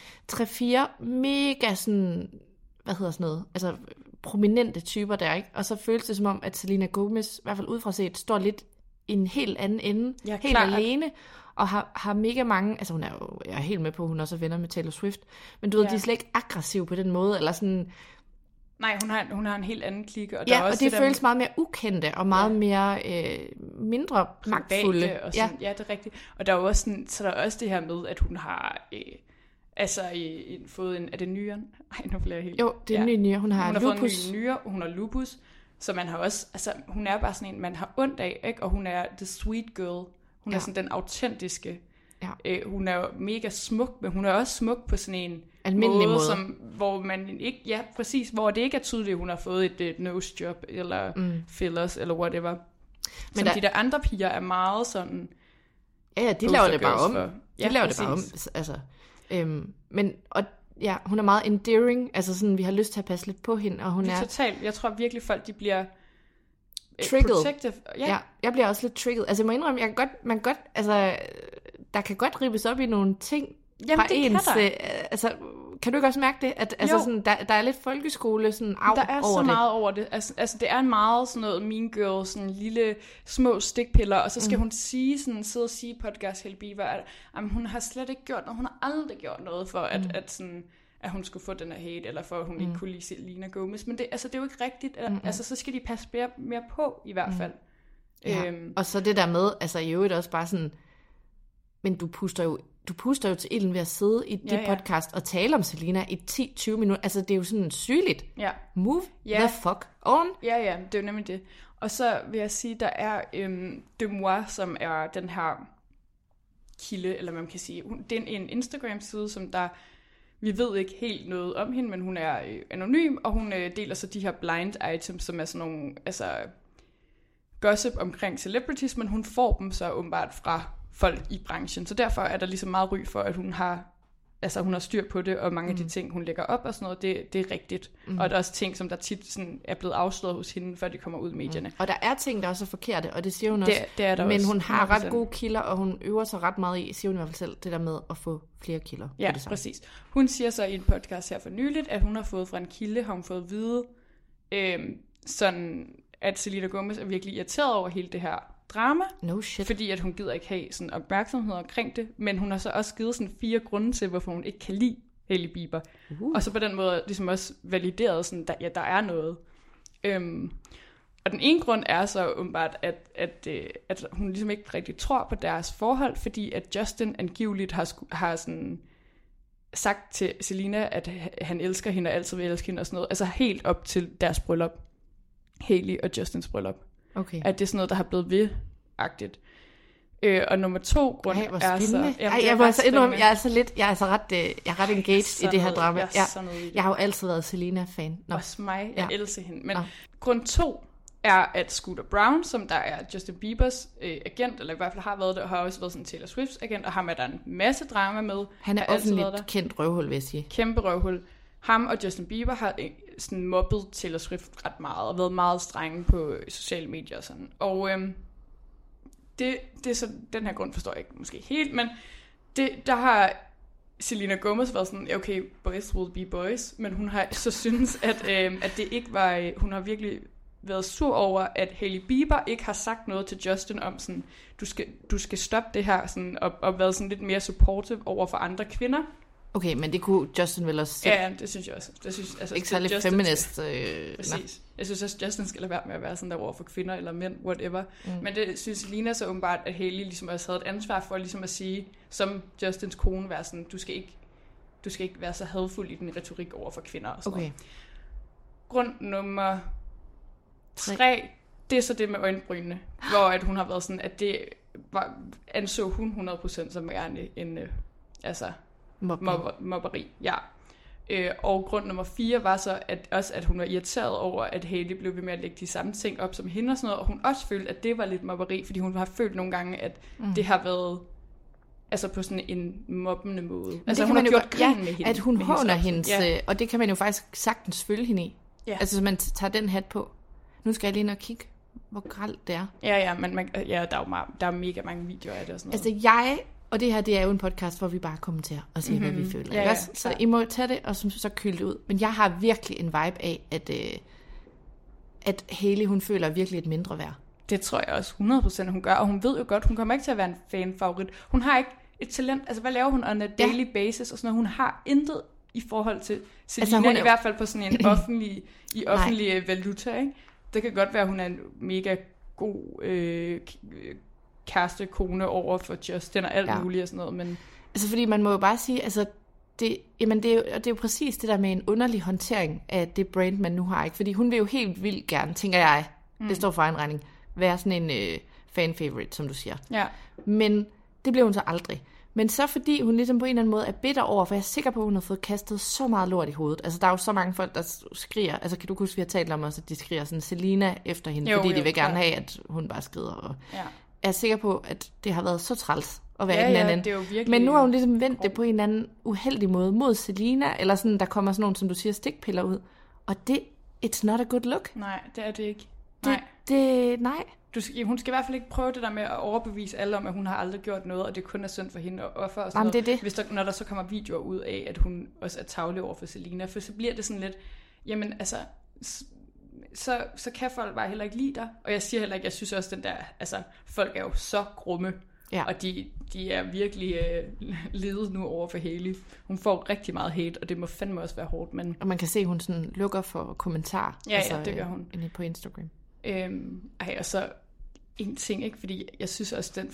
sådan 3-4 mega sådan, hvad hedder sådan noget, altså prominente typer der, ikke? Og så føles det som om, at Selena Gomez, i hvert fald udefra set, står lidt i en helt anden ende, helt alene. Og har mega mange, altså jeg er helt med på, at hun også er venner med Taylor Swift, men du ved, de er slet ikke aggressive på den måde, eller sådan... Nej, hun har en helt anden klikke. Og der er også og det føles meget mere ukendte, og meget mere mindre magtfulde. Og sådan, ja, det er rigtigt. Og der er jo også sådan, så der er også det her med, at hun har fået en... Er det nyren? Nej, nu bliver jeg helt... Jo, det er en ny nyre. Hun har lupus. Fået en ny nyre, og hun har lupus, så man har også... Altså, hun er bare sådan en, man har ondt af, ikke? Og hun er the sweet girl. Hun er sådan den autentiske. Ja. Hun er jo mega smuk, men hun er også smuk på sådan en almindelig måde. Som, hvor man ikke, ja præcis, hvor det ikke er tydeligt, at hun har fået et nose job, eller fillers, eller whatever. Men de der andre piger er meget sådan... Ja, de laver det bare om. De laver det bare om. Altså, men, og ja, hun er meget endearing, altså sådan, vi har lyst til at passe lidt på hende, og hun er... Totalt, jeg tror virkelig folk, de bliver... Triggered. Ja, jeg bliver også lidt triggered. Altså jeg må indrømme, altså der kan godt ribbes op i nogle ting. Jamen, fra ens. Altså kan du ikke også mærke det, at altså sådan der er lidt folkeskole sådan der er over så det. Meget over det. Altså det er en meget sådan noget Mean Girl, sådan lille små stikpiller, og så skal hun sidde og sige podcast Hailey Bieber, at hun har slet ikke gjort noget. Hun har aldrig gjort noget for at sådan at hun skulle få den her hate, eller for at hun ikke kunne lide Selena Gomez. Men det er jo ikke rigtigt. Altså, så skal de passe mere på, i hvert fald. Ja. Og så det der med, altså i øvrigt også bare sådan, men du puster jo til ilden ved at sidde i dit podcast og tale om Selena i 10-20 minutter. Altså, det er jo sådan sygeligt. Ja. Move the fuck on. Ja, det er jo nemlig det. Og så vil jeg sige, der er Demois, som er den her kilde, eller man kan sige, det er en Instagram-side, som der... Vi ved ikke helt noget om hende, men hun er anonym, og hun deler så de her blind items, som er sådan nogle gossip omkring celebrities, men hun får dem så åbenbart fra folk i branchen. Så derfor er der ligesom meget ry for, at hun har styr på det, og mange af de ting, hun lægger op og sådan noget, det er rigtigt. Og der er også ting, som der tit sådan er blevet afsløret hos hende, før de kommer ud i medierne. Og der er ting, der også er forkerte, og det siger hun også. Det er der men også. Hun har ret gode kilder, og hun øver sig ret meget i, siger hun i hvert fald selv, det der med at få flere kilder. Ja, præcis. Hun siger så i en podcast her for nyligt, at hun har fået fra en kilde, har hun fået at vide, sådan at Selena Gomez er virkelig irriteret over hele det her drama, no shit. Fordi at hun gider ikke have sådan opmærksomhed omkring det, men hun har så også givet sådan 4 grunde til, hvorfor hun ikke kan lide Hailey Bieber. Og så på den måde ligesom også valideret sådan, der er noget. Og den ene grund er så åbenbart, at hun ligesom ikke rigtig tror på deres forhold, fordi at Justin angiveligt har sådan sagt til Selena, at han elsker hende og altid vil elske hende og sådan noget, altså helt op til deres bryllup. Hailey og Justins bryllup. Okay. At det er sådan noget, der har blevet ved-agtigt. Og nummer 2 grund er så... Jeg er ret engaged i det her drama. Jeg har jo altid været Selena-fan. Også mig, jeg elsker hende. Men grund 2 er, at Scooter Braun, som der er Justin Biebers agent, eller i hvert fald har været det, og har også været sådan Taylor Swifts agent, og ham er der en masse drama med. Han er offentligt kendt røvhul, vil jeg sige. Kæmpe røvhul. Ham og Justin Bieber har sådan mobbet Taylor Swift ret meget, og været meget strenge på sociale medier og sådan. Og det er så, den her grund forstår jeg ikke måske helt, men der har Selena Gomez været sådan, okay, boys will be boys, men hun har så synes, at det ikke var, hun har virkelig været sur over, at Hailey Bieber ikke har sagt noget til Justin om sådan, du skal stoppe det her, sådan, og været sådan lidt mere supportive over for andre kvinder. Okay, men det kunne Justin vel også... Ja, det synes jeg også. Det synes, altså, ikke særlig feminist. Præcis. Jeg synes også, Justin skal lade være med at være sådan der over for kvinder eller mænd, whatever. Men det synes Selena så åbenbart, at Hailey ligesom også havde et ansvar for ligesom at sige, som Justins kone, være sådan, du skal ikke være så hadfuld i din retorik over for kvinder og sådan noget. Grund nummer 3, det er så det med øjenbrynene, hvor at hun har været sådan, at det anså hun 100% som en altså mobberi. Ja. Og grund nummer 4 var så, at hun var irriteret over, at Hailey blev ved med at lægge de samme ting op som hende og sådan noget, og hun også følte, at det var lidt mobberi, fordi hun har følt nogle gange, at det har været altså på sådan en mobbende måde. Men altså hun har gjort grin med hende. At hun håner hendes, og det kan man jo faktisk sagtens følge hende i. Ja. Altså, så man tager den hat på. Nu skal jeg lige ind og kigge, hvor grelt det er. Ja, men der er mega mange videoer af det og sådan noget. Altså og det her, det er jo en podcast, hvor vi bare kommenterer og siger, hvad vi føler. Ja, så I må tage det, og så kyle det ud. Men jeg har virkelig en vibe af, at Hailey, hun føler virkelig et mindre værd. Det tror jeg også 100% hun gør, og hun ved jo godt, hun kommer ikke til at være en fan-favorit. Hun har ikke et talent, altså hvad laver hun on a daily basis og sådan noget. Hun har intet i forhold til Selena, altså, i hvert fald på sådan en offentlig valuta, ikke? Det kan godt være, at hun er en mega god kæreste, kone over for Justin og alt muligt og sådan noget, men... Altså, fordi man må jo bare sige, altså, det er jo præcis det der med en underlig håndtering af det brand, man nu har, ikke? Fordi hun vil jo helt vildt gerne, tænker jeg, det står for egen regning, være sådan en fan-favorite, som du siger. Ja. Men det blev hun så aldrig. Men så fordi hun ligesom på en eller anden måde er bitter over, for jeg er sikker på, at hun har fået kastet så meget lort i hovedet. Altså, der er jo så mange folk, der skriger. Altså, kan du huske, vi har talt om også, at de skriger sådan Selena efter hende, fordi de vil gerne have, at hun bare skrider. Og jeg er sikker på, at det har været så træls at være den anden. Det er jo virkelig... Men nu har hun ligesom vendt det på en eller anden uheldig måde mod Selena, eller sådan, der kommer sådan nogle, som du siger, stikpiller ud. Og det, it's not a good look. Nej, det er det ikke. Nej. Hun skal i hvert fald ikke prøve det der med at overbevise alle om, at hun har aldrig gjort noget, og det kun er synd for hende og offer og sådan noget. Det. Hvis når der så kommer videoer ud af, at hun også er tarvelig over for Selena, for så bliver det sådan lidt, jamen altså, så kan folk bare heller ikke lide dig. Og jeg siger heller ikke, jeg synes også den der, altså folk er jo så grumme, og de er virkelig ledet nu over for Hailey. Hun får rigtig meget hate, og det må fandme også være hårdt. Men... Og man kan se, at hun sådan lukker for kommentarer. Ja, det gør hun. På Instagram. Og så en ting, ikke? Fordi jeg synes også, at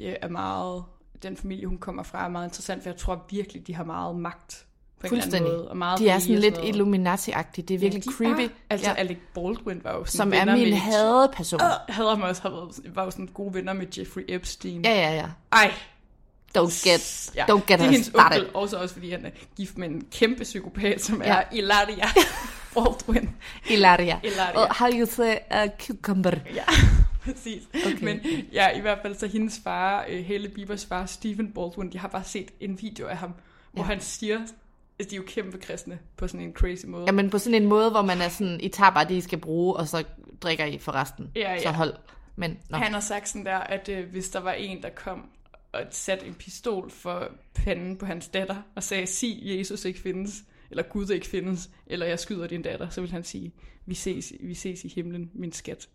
den familie, hun kommer fra, er meget interessant, for jeg tror virkelig, de har meget magt på en eller anden måde. Og meget de er sådan lidt Illuminati-agtige, det er virkelig creepy. Altså, Alec Baldwin var jo sådan som er min hadeperson. Hader mig også, var jo sådan gode venner med Jeffrey Epstein. Ja. Ej. Don't get us started. Det er hendes onkel, også fordi han er gift med en kæmpe psykopat, som er Hilaria Baldwin. Hilaria. How you say cucumber. Ja, præcis. Okay. Men i hvert fald så hendes far, Hailey Biebers far, Stephen Baldwin, de har bare set en video af ham, hvor han siger, at de er jo kæmpe kristne på sådan en crazy måde. Ja, men på sådan en måde, hvor man er sådan, I tager bare det, I skal bruge, og så drikker I for resten. Så hold. Men, han har sagt sådan der, at hvis der var en, der kom og satte en pistol for panden på hans datter, og sagde, sig Jesus ikke findes, eller Gud ikke findes, eller jeg skyder din datter, så vil han sige, vi ses i himlen, min skat.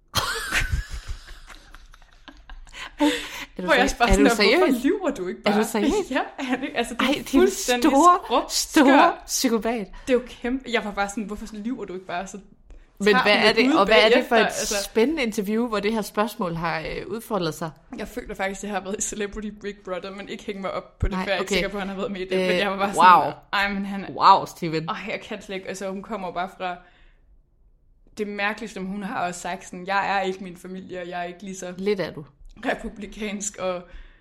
Er du seriøs? Hvorfor lyver du ikke bare? Er du seriøs? Ja, altså det er fuldstændig store psykopat. Det er jo kæmpe. Jeg var bare sådan, hvorfor lyver du ikke bare? Så men hvad er det, og hvad er det for et spændende interview, hvor det her spørgsmål har udfordret sig? Jeg føler faktisk, det har været i Celebrity Big Brother, men ikke hænge mig op på det, for jeg er ikke sikker på, at han har været med i det. Men jeg var bare sådan, men han er... Wow, Steven. Jeg kan slet ikke. Altså, hun kommer bare fra det mærkeligste, hun har også sagt sådan, jeg er ikke min familie, og jeg er ikke lige så... Lidt er du. Republikansk, og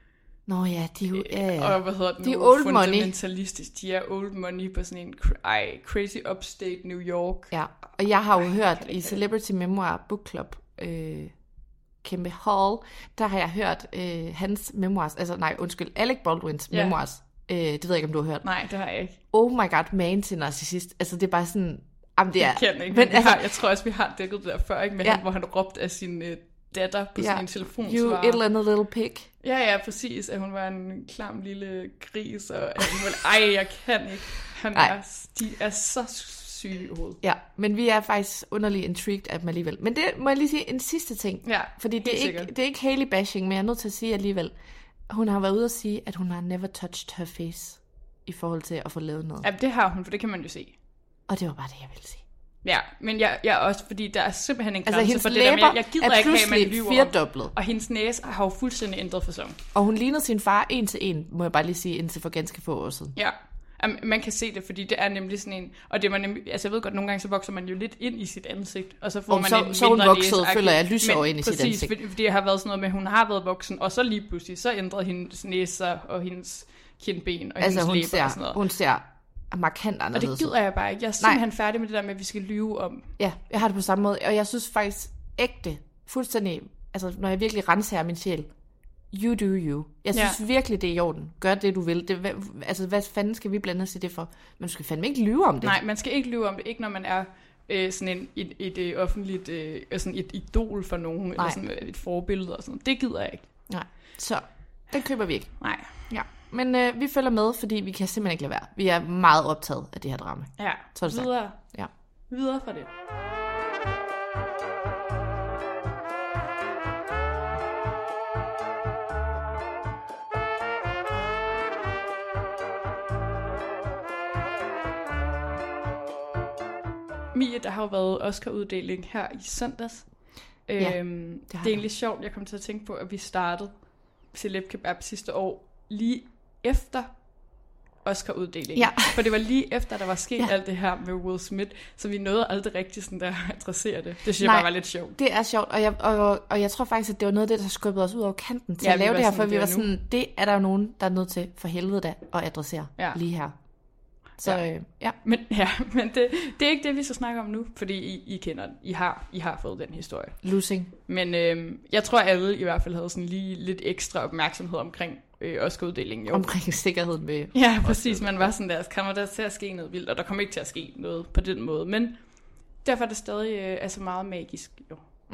Nå ja, de er jo... Ja. Og hvad hedder det nu? De er old money. Fundamentalistisk. De er old money på sådan en crazy upstate New York. Ja, og jeg har jo hørt i Celebrity Memoir Book Club, kæmpe hall, der har jeg hørt hans memoirs, Alec Baldwins memoirs. Det ved jeg ikke, om du har hørt. Nej, det har jeg ikke. Oh my god, man til narcissist. Altså, det er bare sådan... Jamen, det er... Jeg kender ikke, men jeg tror også, vi har dækket det der før, ikke? Med ham, hvor han råbte af sin datter på sådan en telefonsvarer. You et little pig. Ja, præcis. At hun var en klam lille gris, og jeg kan ikke. De er så syge i hovedet. Ja, men vi er faktisk underligt intrigued af dem alligevel. Men det må jeg lige sige en sidste ting. Ja, fordi det er ikke Hailey-bashing, men jeg er nødt til at sige alligevel. Hun har været ude at sige, at hun har never touched her face i forhold til at få lavet noget. Ja, det har hun, for det kan man jo se. Og det var bare det, jeg ville sige. Ja, men jeg også, fordi der er simpelthen en grænse altså, for det der med, jeg gider ikke have, at man lyver firedoblet. Og hendes næse har jo fuldstændig ændret fasong. Og hun lignede sin far en til en, må jeg bare lige sige, indtil for ganske få år siden. Ja, man kan se det, fordi det er nemlig sådan en, og det var nemlig, altså jeg ved godt, nogle gange så vokser man jo lidt ind i sit ansigt, og så får man en mindre næse. Så hun voksede, føler jeg, lysår ind i sit ansigt. Præcis, fordi det har været sådan noget med, at hun har været voksen, og så lige pludselig, så ændrede hendes næse og hendes kindben og hendes læber og sådan noget. Hun ser markant anderledes. Og det gider jeg bare ikke. Jeg er simpelthen færdig med det der med, at vi skal lyve om. Ja, jeg har det på samme måde, og jeg synes faktisk ægte, fuldstændig, altså når jeg virkelig renser min sjæl, you do you. Jeg synes virkelig, det er i orden. Gør det, du vil. Hvad fanden skal vi blande os i det for? Man skal fandme ikke lyve om det. Nej, man skal ikke lyve om det. Ikke når man er sådan et offentligt sådan et idol for nogen, eller sådan et forbillede og sådan noget. Det gider jeg ikke. Nej, så det køber vi ikke. Nej. Ja. Men vi følger med, fordi vi kan simpelthen ikke lade være. Vi er meget optaget af det her drama. Ja, så er det videre. Ja. Videre fra det. Mie, der har jo været Oscar-uddeling her i søndags. Det er egentlig sjovt, jeg kom til at tænke på, at vi startede Celeb Kebab sidste år, lige efter Oscar-uddelingen. Ja. For det var lige efter, der var sket alt det her med Will Smith, så vi nåede aldrig rigtig sådan der at adressere det. Det synes jeg bare var lidt sjovt. Det er sjovt, og jeg tror faktisk, at det var noget af det, der skubbede os ud over kanten til at lave det her, for vi var sådan, det er der jo nogen, der er nødt til for helvede da at adressere lige her. Så Men det er ikke det, vi skal snakke om nu, fordi I kender den. I har fået den historie. Losing. Men jeg tror, alle i hvert fald havde sådan lige lidt ekstra opmærksomhed omkring Oscar-uddelingen. Omkring sikkerheden med... Ja, præcis. Man var sådan der, kommer der til at ske noget vildt, og der kommer ikke til at ske noget på den måde. Men derfor er det stadig meget magisk. Jo.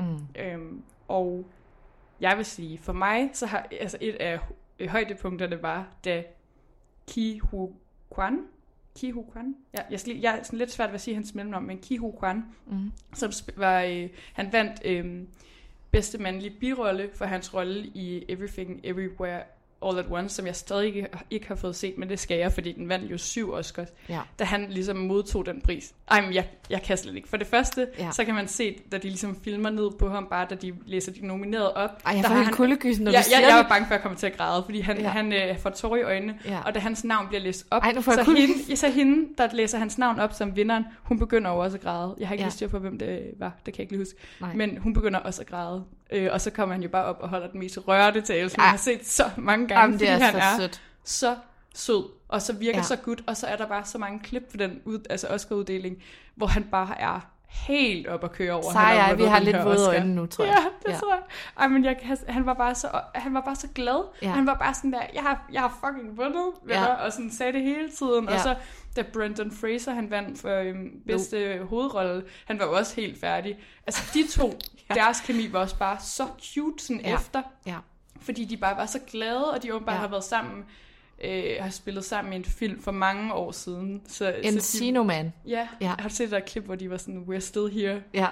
Og jeg vil sige, for mig, så har et af højdepunkterne var, da Ke Huy Quan. Ja, jeg er sådan lidt svært ved at sige hans mellemnavn, men Ke Huy Quan, som var, han vandt bedste mandlige birolle for hans rolle i Everything Everywhere All at Once, som jeg stadig ikke har fået set, men det skal jeg, fordi den vandt jo 7 Oscars, da han ligesom modtog den pris. Men jeg kan slet ikke. For det første, så kan man se, da de ligesom filmer ned på ham, bare da de læser de nominerede op. Jeg får helt kuldegysen, når du siger jeg var bange for at komme til at græde, fordi han får tårer i øjnene, og da hans navn bliver læst op, så hende, der læser hans navn op som vinderen, hun begynder jo også at græde. Jeg har ikke lige styr på, hvem det var. Det kan jeg ikke lige huske. Men hun begynder også at græde. Og så kommer han jo bare op og holder den mest rørte tale, som jeg har set så mange gange, fordi han er så sød, og så virker så godt, og så er der bare så mange klip på den Oscar-uddeling, hvor han bare er helt op at køre over. Vi har lidt våde øjne nu, tror jeg. Ja, det tror jeg. Men han var bare så glad. Ja. Han var bare sådan der, jeg har fucking vundet, og sådan sagde det hele tiden. Og så da Brendan Fraser, han vandt for bedste hovedrolle, han var jo også helt færdig. Altså de to, deres kemi var også bare så cute sådan efter. Ja. Fordi de bare var så glade, og de åbenbart har været sammen, har spillet sammen i en film for mange år siden. Encino Man. Ja, har du set der klip, hvor de var sådan, we're still here? Ja.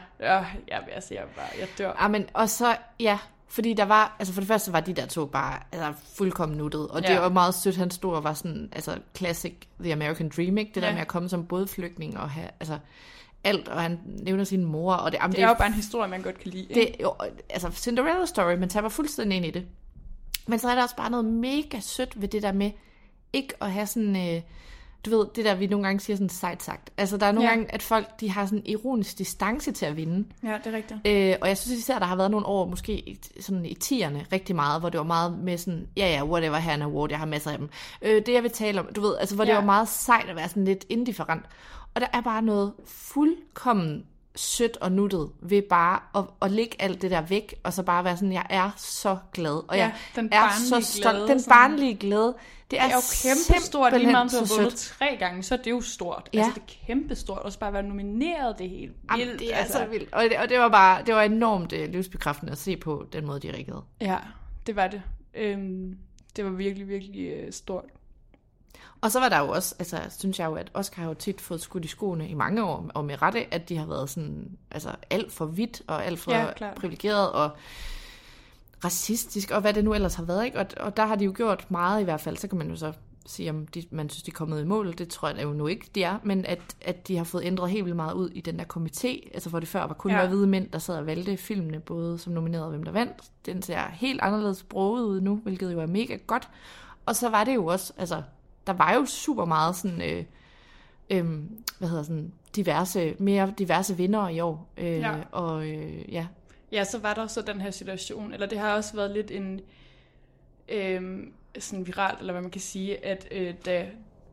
Jeg dør. Men og så, fordi der var, altså for det første var de der to bare fuldkommen nuttet, og det var meget sødt, han stod og var sådan, classic The American Dream, ikke? Det der med at komme som både flygtning og have, alt, og han nævner sin mor, og det er jo bare en historie, man godt kan lide. Cinderella story, man tager fuldstændig ind i det. Men så er der også bare noget mega sødt ved det der med, ikke at have sådan, du ved, det der, vi nogle gange siger sådan sejt sagt. Altså, der er nogle gange, at folk, de har sådan en ironisk distance til at vinde. Ja, det er rigtigt. Og jeg synes især, der har været nogle år, måske sådan i 10'erne, rigtig meget, hvor det var meget med sådan, whatever, her en award, jeg har masser af dem. Det, jeg vil tale om, du ved, altså, hvor det var meget sejt at være sådan lidt indifferent. Og der er bare noget fuldkommen sødt og nuttet ved bare at lægge alt det der væk, og så bare være sådan, jeg er så glad, og jeg er så stolt. Den barnlige glæde, det er jo kæmpestort, lige meget, du har vundet 3 gange, så er det jo stort. Ja. Altså, det er kæmpestort, og så bare være nomineret, det er helt vildt. Jamen, det er altså så vildt. Og det var bare, det var enormt livsbekræftende at se på den måde, de reagerede. Ja, det var det. Det var virkelig, virkelig stort. Og så var der jo også, altså synes jeg jo, at Oscar har jo tit fået skudt i skoene i mange år, og med rette, at de har været sådan, altså alt for vidt, og alt for privilegeret, og racistisk, og hvad det nu ellers har været, ikke? Og der har de jo gjort meget i hvert fald, så kan man jo så sige, om man synes, de er kommet i mål, det tror jeg da jo nu ikke, de er, men at de har fået ændret helt vildt meget ud i den der komité, altså hvor det før var kun hvide mænd, der sad og valgte filmene, både som nomineret og hvem der vandt. Den ser helt anderledes sproget ud nu, hvilket jo er mega godt. Og så var det jo også, altså der var jo super meget sådan, mere diverse vindere i år. Ja, så var der så den her situation, eller det har også været lidt en sådan viralt, eller hvad man kan sige, at da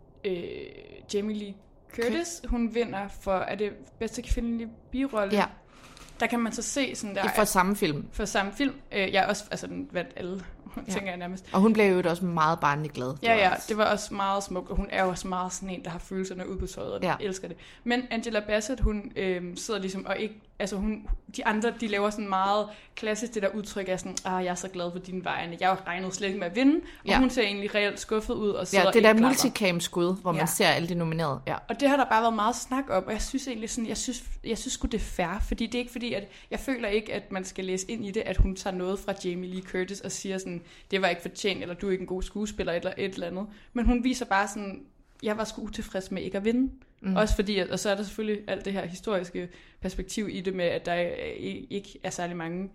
Jamie Lee Curtis, hun vinder for, er det bedste kvindelige birolle? Ja. Der kan man så se sådan der... For samme film. For samme film. Jeg også, altså den vandt alle, tænker jeg nærmest. Og hun blev jo også meget barnlig glad. Det var også meget smukt, og hun er jo også meget sådan en, der har følelserne ude på tøjet, og elsker det. Men Angela Bassett, hun sidder ligesom, og ikke, altså de andre, de laver sådan meget klassisk det der udtryk af sådan, jeg er så glad for dine vegne. Jeg har regnet slet ikke med at vinde, og hun ser egentlig reelt skuffet ud og sidder det der multicam-skud, hvor man ser alle de nominerede. Ja. Og det har der bare været meget snak om, og jeg synes egentlig sådan, jeg synes sgu det er fair, fordi det er ikke fordi, at jeg føler ikke, at man skal læse ind i det, at hun tager noget fra Jamie Lee Curtis og siger sådan, det var ikke fortjent, eller du er ikke en god skuespiller, eller et eller andet. Men hun viser bare sådan, jeg var sgu utilfreds med ikke at vinde. Også fordi, og så er der selvfølgelig alt det her historiske perspektiv i det med, at der ikke er særlig mange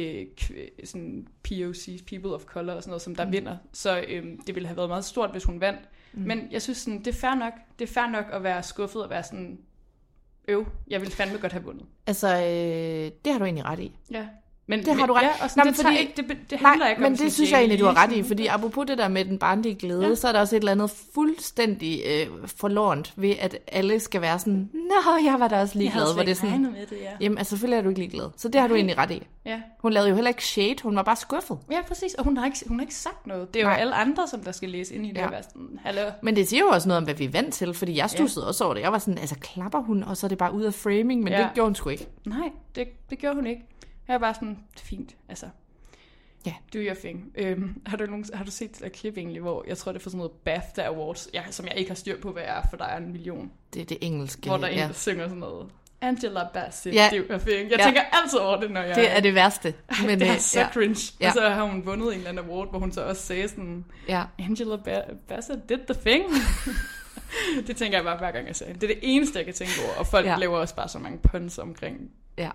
sådan POCs, people of color og sådan noget, som der vinder. Så det ville have været meget stort, hvis hun vandt. Men jeg synes sådan, det er fair nok. Det er fair nok at være skuffet og være sådan, jeg ville fandme godt have vundet. Altså, det har du egentlig ret i. Ja. Men det har du ret. Ja, og sådan, det handler ikke om... Men det synes jeg egentlig, du har ret i, fordi apropos det der med den barnlige glæde, så er der også et eller andet fuldstændig forlorent ved, at alle skal være sådan, jeg var da også ligeglad. Jeg havde slet ikke med det, Jamen, altså selvfølgelig er du ikke ligeglad. Så det har du egentlig ret i. Ja. Hun lavede jo heller ikke shade, hun var bare skuffet. Ja, præcis, og hun har ikke sagt noget. Det er jo alle andre, som der skal læse ind i det og være sådan, hallo. Men det siger jo også noget om, hvad vi er vant til, fordi jeg stussede også over det. Jeg var sådan, altså klapper hun, og så er det bare ud af framing, men det gjorde hun sgu ikke. Nej, det gjorde hun ikke. Jeg er bare sådan, det er fint, altså. Ja, do your thing. Har du set det der klip egentlig, hvor jeg tror, det er for sådan noget BAFTA Awards, som jeg ikke har styr på, hvad er, for der er 1 million. Det er det engelske. Hvor der er en, der synger sådan noget. Angela Bassett, det er your thing. Jeg tænker altid over det, når jeg... Det er det værste. Men det er så cringe. Og så har hun vundet en eller anden award, hvor hun så også sagde sådan, Angela Bassett did the thing. Det tænker jeg bare hver gang, jeg siger. Det er det eneste, jeg kan tænke over. Og folk laver også bare så mange puns omkring. Ja.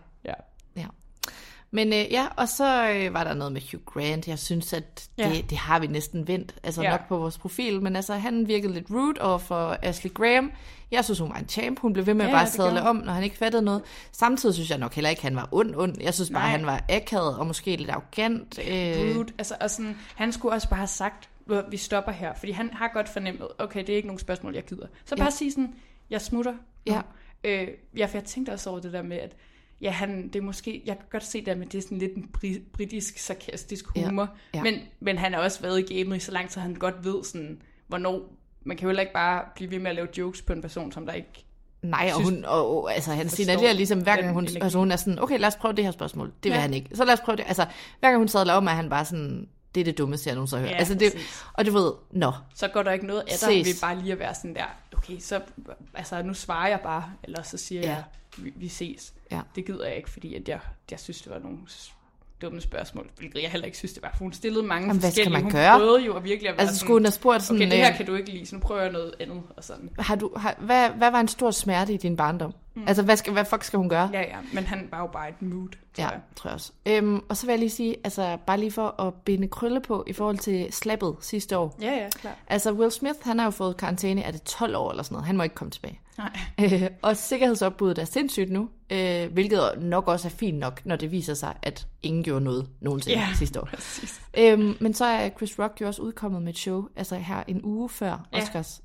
Men og så var der noget med Hugh Grant. Jeg synes, at det har vi næsten vendt. Altså nok på vores profil. Men altså, han virkede lidt rude over for Ashley Graham. Jeg synes, hun var en champ. Hun blev ved med at bare sadle om, når han ikke fattede noget. Samtidig synes jeg nok heller ikke, han var ond. Jeg synes bare, han var akavet og måske lidt arrogant. Rude. Altså, og sådan, han skulle også bare have sagt, vi stopper her. Fordi han har godt fornemmet, okay, det er ikke nogen spørgsmål, jeg gider. Så bare sige sådan, jeg smutter. Ja. For jeg tænkte også over det der med, at det er måske, jeg kan godt se det, men det er sådan lidt en britisk, sarkastisk humor. Men han har også været i gamet i så lang tid, han godt ved sådan, hvornår, man kan jo heller ikke bare blive ved med at lave jokes på en person, som der ikke... Nej, og altså han signalerer ligesom, hver gang hun er sådan, okay, lad os prøve det her spørgsmål. Det vil han ikke. Så lad os prøve det. Altså, hver gang hun sadler om, er han bare sådan, det er det dummeste, jeg nogensinde har hørt. Ja, altså, det, og du ved, så går der ikke noget af der, vi bare lige at være sådan der, okay, så altså, nu svarer jeg bare, eller så siger jeg, vi ses. Ja. Det gider jeg ikke, fordi at jeg synes, det var nogle dumme spørgsmål, hvilket jeg heller ikke synes, det var. For hun stillede mange forskellige. Hun prøvede jo at virkelig at være altså, skulle hun have spurgt sådan, okay, det her kan du ikke lide, så nu prøver jeg noget andet. Og sådan. Hvad var en stor smerte i din barndom? Altså, hvad fuck skal hun gøre? Ja, men han var jo bare et mood, tror jeg også. Og så vil jeg lige sige, altså bare lige for at binde krølle på i forhold til slappet sidste år. Ja, klart. Altså, Will Smith, han har jo fået karantæne, er det 12 år eller sådan noget? Han må ikke komme tilbage. Nej. Og sikkerhedsopbuddet er sindssygt nu, hvilket nok også er fint nok, når det viser sig, at ingen gjorde noget nogensinde sidste år. Præcis. Men så er Chris Rock jo også udkommet med et show, altså her en uge før Oscars.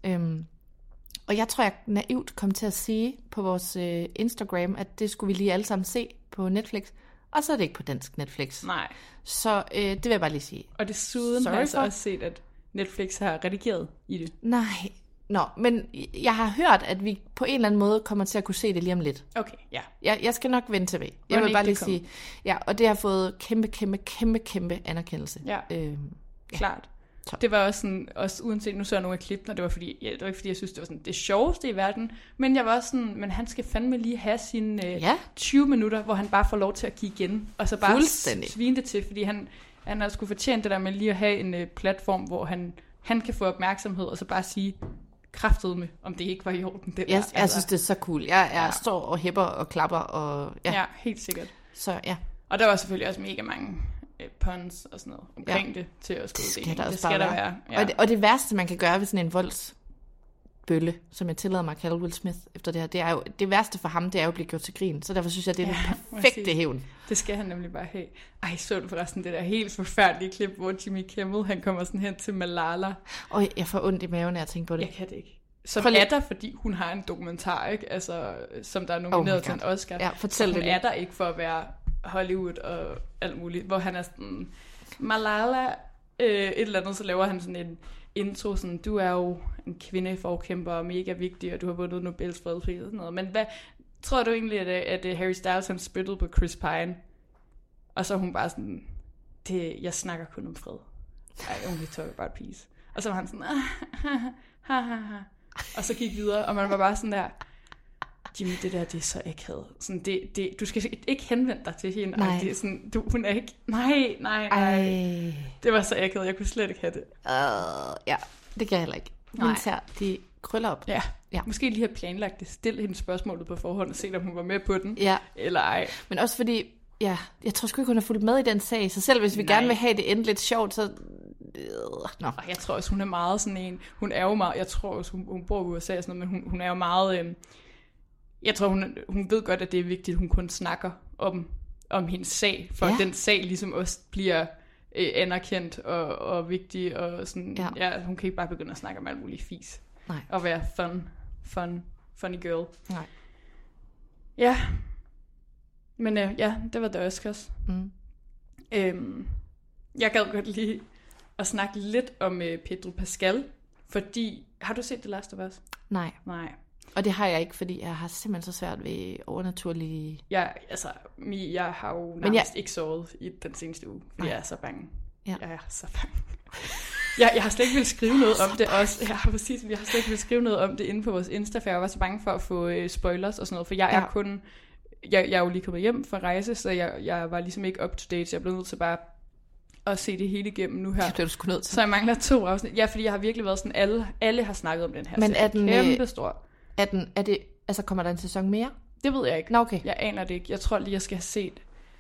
Og jeg tror, jeg naivt kom til at sige på vores Instagram, at det skulle vi lige alle sammen se på Netflix. Og så er det ikke på dansk Netflix. Nej. Så det vil jeg bare lige sige. Og desuden har jeg så også set, at Netflix har redigeret i det. Nej. Nå, men jeg har hørt, at vi på en eller anden måde kommer til at kunne se det lige om lidt. Okay, ja. Jeg skal nok vende tilbage. Jeg vil bare lige sige, og det har fået kæmpe anerkendelse. Ja, klart. Det var også sådan, også uanset, nu så jeg nogle af klippene, det var ikke fordi jeg synes, det var sådan det sjoveste i verden, men jeg var også sådan, men han skal fandme lige have sine 20 minutter, hvor han bare får lov til at give igen, og så bare svine det til, fordi han har sgu fortjent det der med lige at have en platform, hvor han kan få opmærksomhed, og så bare sige kraftedeme, om det ikke var i orden. Det jeg synes, det er så cool. Jeg står og hæpper og klapper. Og, ja, helt sikkert. Så ja. Og der var selvfølgelig også mega mange puns og sådan noget omkring det til at skrive det. Det skal der være. Ja. Og det værste, man kan gøre ved sådan en voldsbølle, som jeg tillader mig at kalde Will Smith efter det her, det er jo, det værste for ham, det er jo at blive gjort til grin. Så derfor synes jeg, det er den perfekte hævn. Det skal han nemlig bare have. Ej, så du forresten det der helt forfærdelige klip, hvor Jimmy Kimmel, han kommer sådan hen til Malala. Og jeg får ondt i maven, når jeg tænker på det. Jeg kan det ikke. Som er der, fordi hun har en dokumentar, ikke? Altså, som der er nomineret til en Oscar. Ja, fortæl det. Hun er der ikke for at være Hollywood og alt muligt, hvor han er sådan, Malala, et eller andet, så laver han sådan en intro, sådan, du er jo en kvindeforkæmper og mega vigtig, og du har vundet Nobels fredspris og sådan noget. Men hvad tror du egentlig, at Harry Styles, han spyttede på Chris Pine? Og så hun bare sådan, jeg snakker kun om fred. I only talk about peace. Og så var han sådan, og så gik videre, og man var bare sådan der, Jimmy, det der, det er så akavet. Sådan, du skal ikke henvende dig til hende. Nej. Det er sådan, hun er ikke... Nej. Det var så akavet, jeg kunne slet ikke have det. Ja, det kan jeg heller ikke. Min tær, de krøller op. Ja. Måske lige have planlagt det. Stille hende spørgsmålet på forhånd og se, om hun var med på den. Ja. Eller ej. Men også fordi, jeg tror sgu ikke, hun har fulgt med i den sag. Så selv hvis vi gerne vil have det endeligt sjovt, så... Og jeg tror også, hun er meget sådan en... Hun er jo meget... Jeg tror også, hun bor i USA og sådan noget, men hun er jo meget... Jeg tror, hun ved godt, at det er vigtigt, at hun kun snakker om hendes sag, for at den sag ligesom også bliver anerkendt og vigtig, og sådan, hun kan ikke bare begynde at snakke om alt muligt fis. Nej. Og være funny girl. Nej. Ja. Men det var The Oscars. Jeg gad godt lige at snakke lidt om Pedro Pascal, fordi, har du set The Last of Us? Nej. Og det har jeg ikke, fordi jeg har simpelthen så svært ved overnaturlige... Ja, altså, jeg har jo nærmest ikke sovet i den seneste uge, fordi jeg er så bange. Ja. Jeg er så bange. Jeg har slet ikke ville skrive noget om det også. Jeg har slet ikke ville skrive noget om det inde på vores Insta, for jeg var så bange for at få spoilers og sådan noget, for jeg er kun... Jeg er jo lige kommet hjem fra rejse, så jeg var ligesom ikke up to date, så jeg blev nødt til bare at se det hele igennem nu her. Det blev du sgu nødt til. Så jeg mangler 2 afsnit. Ja, fordi jeg har virkelig været sådan, alle har snakket om den her. Men er den kæmpestor. Er det, altså kommer der en sæson mere? Det ved jeg ikke. Nå, okay. Jeg aner det ikke. Jeg tror lige, jeg skal have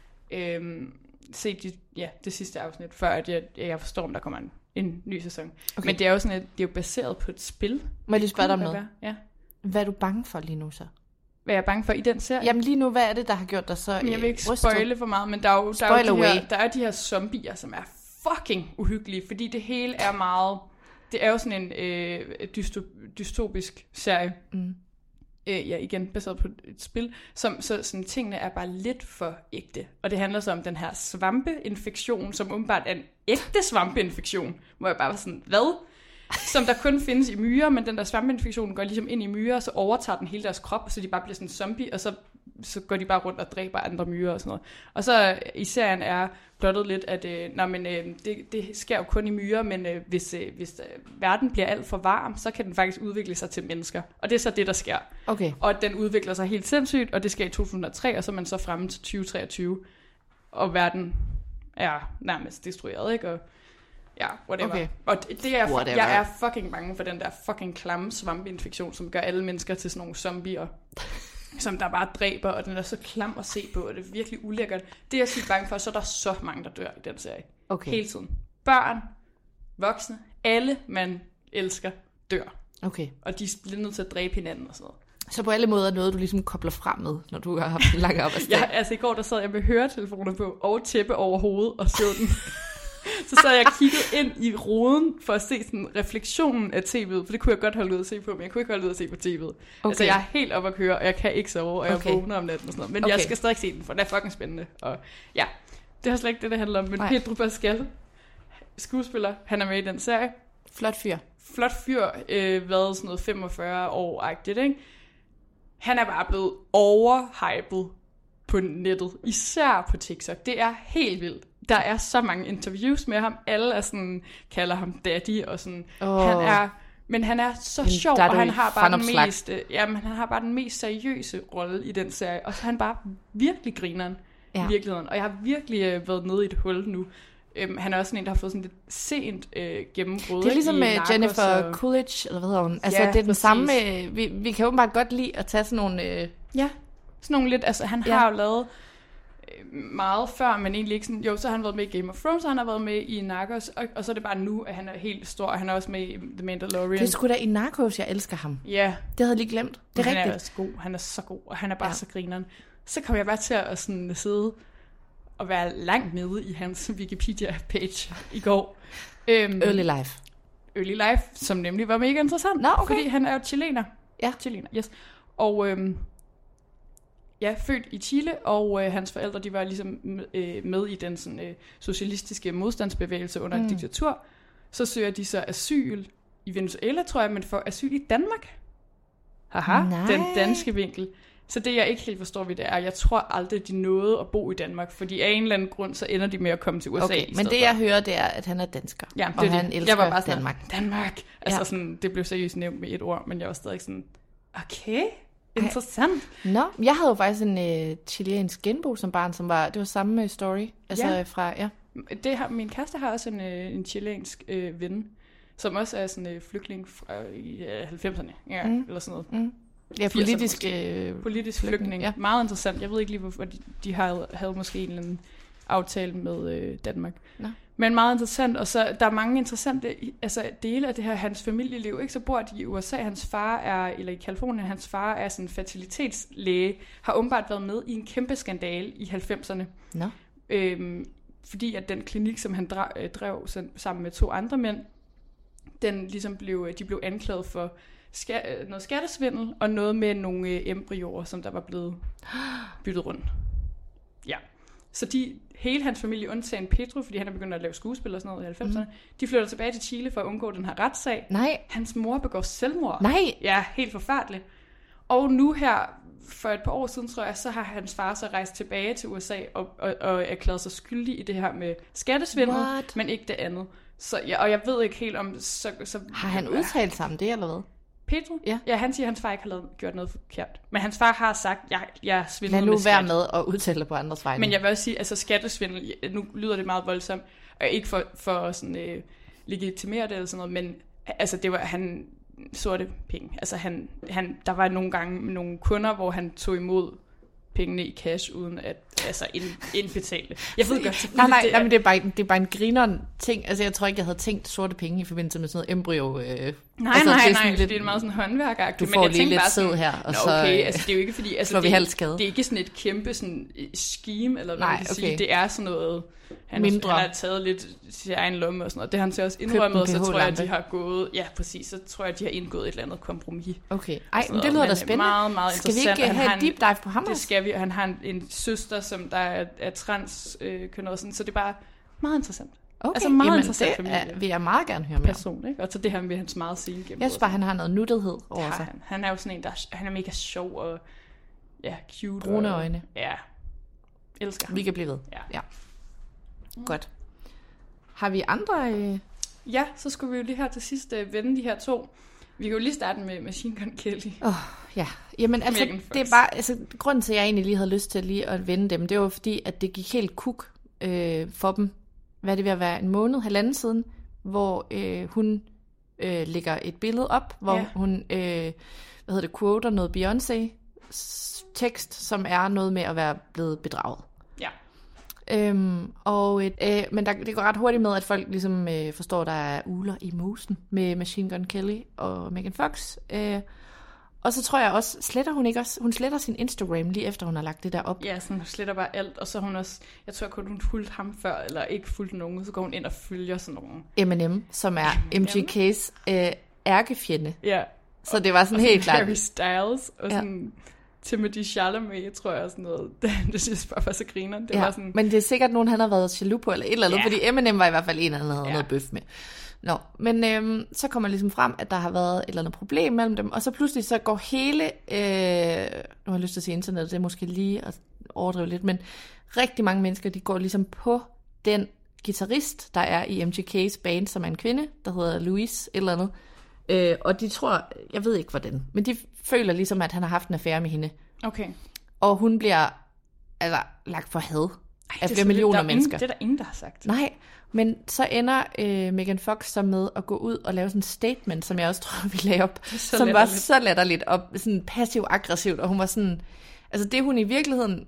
set det sidste afsnit, før at jeg forstår, om der kommer en ny sæson. Okay. Men det er jo sådan, at det er jo baseret på et spil. Må jeg lige spørge dig om noget? Ja. Hvad er du bange for lige nu så? Hvad er jeg bange for i den serie? Jamen lige nu, hvad er det, der har gjort dig så jeg vil ikke spoile for meget, men der er de her zombier, som er fucking uhyggelige, fordi det hele er meget... Det er jo sådan en dystopisk serie. Igen baseret på et spil, så sådan, tingene er bare lidt for ægte. Og det handler så om den her svampeinfektion, som umiddelbart er en ægte svampeinfektion, hvor jeg bare var sådan, hvad? Som der kun findes i myrer, men den der svampeinfektion går ligesom ind i myrer, og så overtager den hele deres krop, så de bare bliver sådan en zombie, og så går de bare rundt og dræber andre myrer og sådan noget. Og så i serien er plottet lidt, at det sker jo kun i myrer, men hvis verden bliver alt for varm, så kan den faktisk udvikle sig til mennesker. Og det er så det, der sker. Okay. Og den udvikler sig helt sindssygt, og det sker i 2003, og så er man så fremme til 2023, og verden er nærmest destrueret, ikke? Og ja, whatever. Okay. Og jeg er fucking bange for den der fucking klamme svampeinfektion, som gør alle mennesker til sådan nogle zombier. som der bare dræber, og den er så klam at se på, og det er virkelig ulækkert. Det er jeg sygt bange for, så er der så mange, der dør i den serie. Okay. Hele tiden. Børn, voksne, alle man elsker, dør. Okay. Og de bliver nødt til at dræbe hinanden og sådan noget. Så på alle måder noget, du ligesom kobler frem med, når du har haft en lang arbejdsdag. Ja, altså i går, der sad jeg med høretelefoner på, og tæppe over hovedet, og så den. Så sad jeg og kiggede ind i ruden, for at se sådan refleksionen af tv'et, for det kunne jeg godt holde ud at se på, men jeg kunne ikke holde ud at se på tv'et. Okay. Altså jeg er helt op at køre, og jeg kan ikke sove, og jeg vågner om natten og sådan noget. Men jeg skal stadig se den, for det er fucking spændende. Og ja, det er slet ikke det handler om, men Pedro Pascal, skuespiller, han er med i den serie. Flot fyr. Flot fyr, været sådan noget 45 år-agtigt, ikke? Han er bare blevet overhypet på nettet, især på TikTok. Det er helt vildt. Der er så mange interviews med ham. Alle er sådan, kalder ham daddy, og sådan. Men han er så sjov, og han har bare den mest seriøse rolle i den serie. Og så er han bare virkelig grineren i virkeligheden. Og jeg har virkelig været nede i et hul nu. Han er også en, der har fået sådan lidt sent gennembrud. Det er ligesom med Jennifer Coolidge, eller hvad hedder hun? Altså, det er den samme. Vi kan åbenbart godt lide at tage sådan nogle. Ja, sådan nogle lidt. Altså, han har jo lavet meget før, men egentlig ikke sådan. Jo, så har han været med i Game of Thrones, og han har været med i Narcos, og så er det bare nu, at han er helt stor. Han er også med i The Mandalorian. Det er sgu da i Narcos, jeg elsker ham. Ja. Det havde jeg lige glemt. Det er rigtigt. Han er også god. Han er så god, og han er bare så grineren. Så kom jeg bare til at sådan sidde og være langt nede i hans Wikipedia-page i går. Early Life, som nemlig var mega interessant. Nå, okay. Fordi han er jo chilener. Ja. Chilener, yes. Og født i Chile, og hans forældre, de var ligesom med i den sådan, socialistiske modstandsbevægelse under et diktatur. Så søger de så asyl i Venezuela, tror jeg, men får asyl i Danmark. Haha, den danske vinkel. Så det, jeg ikke helt forstår ved det er, jeg tror aldrig, de nåede at bo i Danmark, fordi af en eller anden grund, så ender de med at komme til USA. Okay, men det, jeg hører, det er, at han er dansker, ja, og han elsker jeg var bare sådan, Danmark. Danmark! Altså sådan, det blev seriøst nævnt med et ord, men jeg var stadig sådan, okay, interessant. Nå, jeg havde jo faktisk en chilensk genbo som barn, som var, det var samme story. Altså fra, Det her, min kæreste har også en chilensk ven, som også er sådan en flygtning fra 90'erne, eller sådan noget. Ja, politisk flygtning. Ja. Meget interessant. Jeg ved ikke lige, hvorfor de havde måske en eller anden aftale med Danmark. Nå. Men meget interessant, og så der er mange interessante dele af det her, hans familieliv. Ikke? Så bor de i USA, hans far er, eller i Californien, hans far er sådan en fertilitetslæge, har åbenbart været med i en kæmpe skandale i 90'erne. Nå. Fordi at den klinik, som han drev sammen med 2 andre mænd, den ligesom de blev anklaget for noget skattesvindel, og noget med nogle embryoer, som der var blevet byttet rundt. Ja. Så hele hans familie, undtagen Pedro, fordi han er begyndt at lave skuespil og sådan noget i 90'erne, de flytter tilbage til Chile for at undgå den her retssag. Nej. Hans mor begår selvmord. Nej. Ja, helt forfærdeligt. Og nu her, for et par år siden, tror jeg, så har hans far så rejst tilbage til USA og erklæret sig skyldig i det her med skattesvindel, men ikke det andet. Så, og jeg ved ikke helt om... Så har han udtalt sig om det, eller hvad? Pedro? Ja, han siger, at hans far ikke har gjort noget forkert. Men hans far har sagt, jeg svindlede med skat. Lad nu være med at udtale på andres vegne. Men jeg vil også sige, altså skattesvindel, nu lyder det meget voldsomt, og ikke for sådan legitimere det eller sådan noget, men altså det var han sorte penge. Altså der var nogle gange nogle kunder, hvor han tog imod pengene i cash, uden at indbetale. Jeg ved godt, nej, men det er bare en grineren ting. Altså, jeg tror ikke, jeg havde tænkt sorte penge i forbindelse med sådan noget embryo. Nej, det er en meget sådan håndværkagtigt. Du får lige lidt sød her, og så okay, altså, det er jo ikke fordi, altså, slår vi halskade. Det er ikke sådan et kæmpe sådan scheme, eller hvad man kan sige. Det er sådan noget, han har taget lidt til egen lomme og sådan noget. Det har han så også indrømmet, og så tror jeg, at de har gået, ja præcis, så tror jeg, at de har indgået et eller andet kompromis. Okay, men det lyder da spændende. Meget, meget skal vi ikke have et deep dive på ham? Det skal vi, og han har en søster, som der er transkønnet, sådan, så det er bare meget interessant. Okay, altså meget interessant familie. Vil jeg meget gerne høre mere person, ikke? Og så det her med hans meget sene gennem. Jeg synes bare, han har noget nuttethed over sig. Han er jo sådan en, han er mega sjov og cute. Brune øjne. Ja, elsker ham. Vi kan blive ved. Ja. Godt. Har vi andre... Ja, så skulle vi jo lige her til sidst vende de her 2. Vi kan jo lige starte med Machine Gun Kelly. Ja. Jamen altså, det er bare... Altså, grunden til, at jeg egentlig lige havde lyst til lige at vende dem, det var fordi, at det gik helt kuk for dem. Hvad det vil være en måned, 1,5 siden, hvor hun lægger et billede op, hvor hun quoter noget Beyoncé, tekst, som er noget med at være blevet bedraget. Ja. Men det går ret hurtigt med, at folk ligesom forstår, at der er uler i mosen med Machine Gun Kelly og Megan Fox. Og så tror jeg også, sletter hun ikke også? Hun sletter sin Instagram lige efter, hun har lagt det der op. Ja, sådan, hun sletter bare alt, og så hun også, jeg tror kun hun fulgte ham før, eller ikke fulgte nogen, så går hun ind og følger sådan nogen. Eminem, som er MGK's ærkefjende. Ja. Så det var sådan helt klart. Harry Styles, og sådan Timothée Chalamet, tror jeg, sådan noget. Det synes jeg bare var så grineren. Det var sådan... Men det er sikkert nogen, han har været jaloux på, eller et eller andet, fordi Eminem var i hvert fald en, han havde noget bøf med. Nå, men så kommer ligesom frem, at der har været et eller andet problem mellem dem, og så pludselig så går hele, nu har jeg lyst til at sige internet, det er måske lige at overdrive lidt, men rigtig mange mennesker, de går ligesom på den guitarist, der er i MGK's band, som er en kvinde, der hedder Louise et eller andet, og de tror, jeg ved ikke hvordan, men de føler ligesom, at han har haft en affære med hende. Okay. Og hun bliver lagt for had af flere millioner mennesker. Det er der ingen, der har sagt. Nej, men så ender Megan Fox så med at gå ud og lave sådan en statement, som jeg også tror, vi lagde op, som var så latterligt og sådan passiv-aggressivt, og hun var sådan, altså det hun i virkeligheden,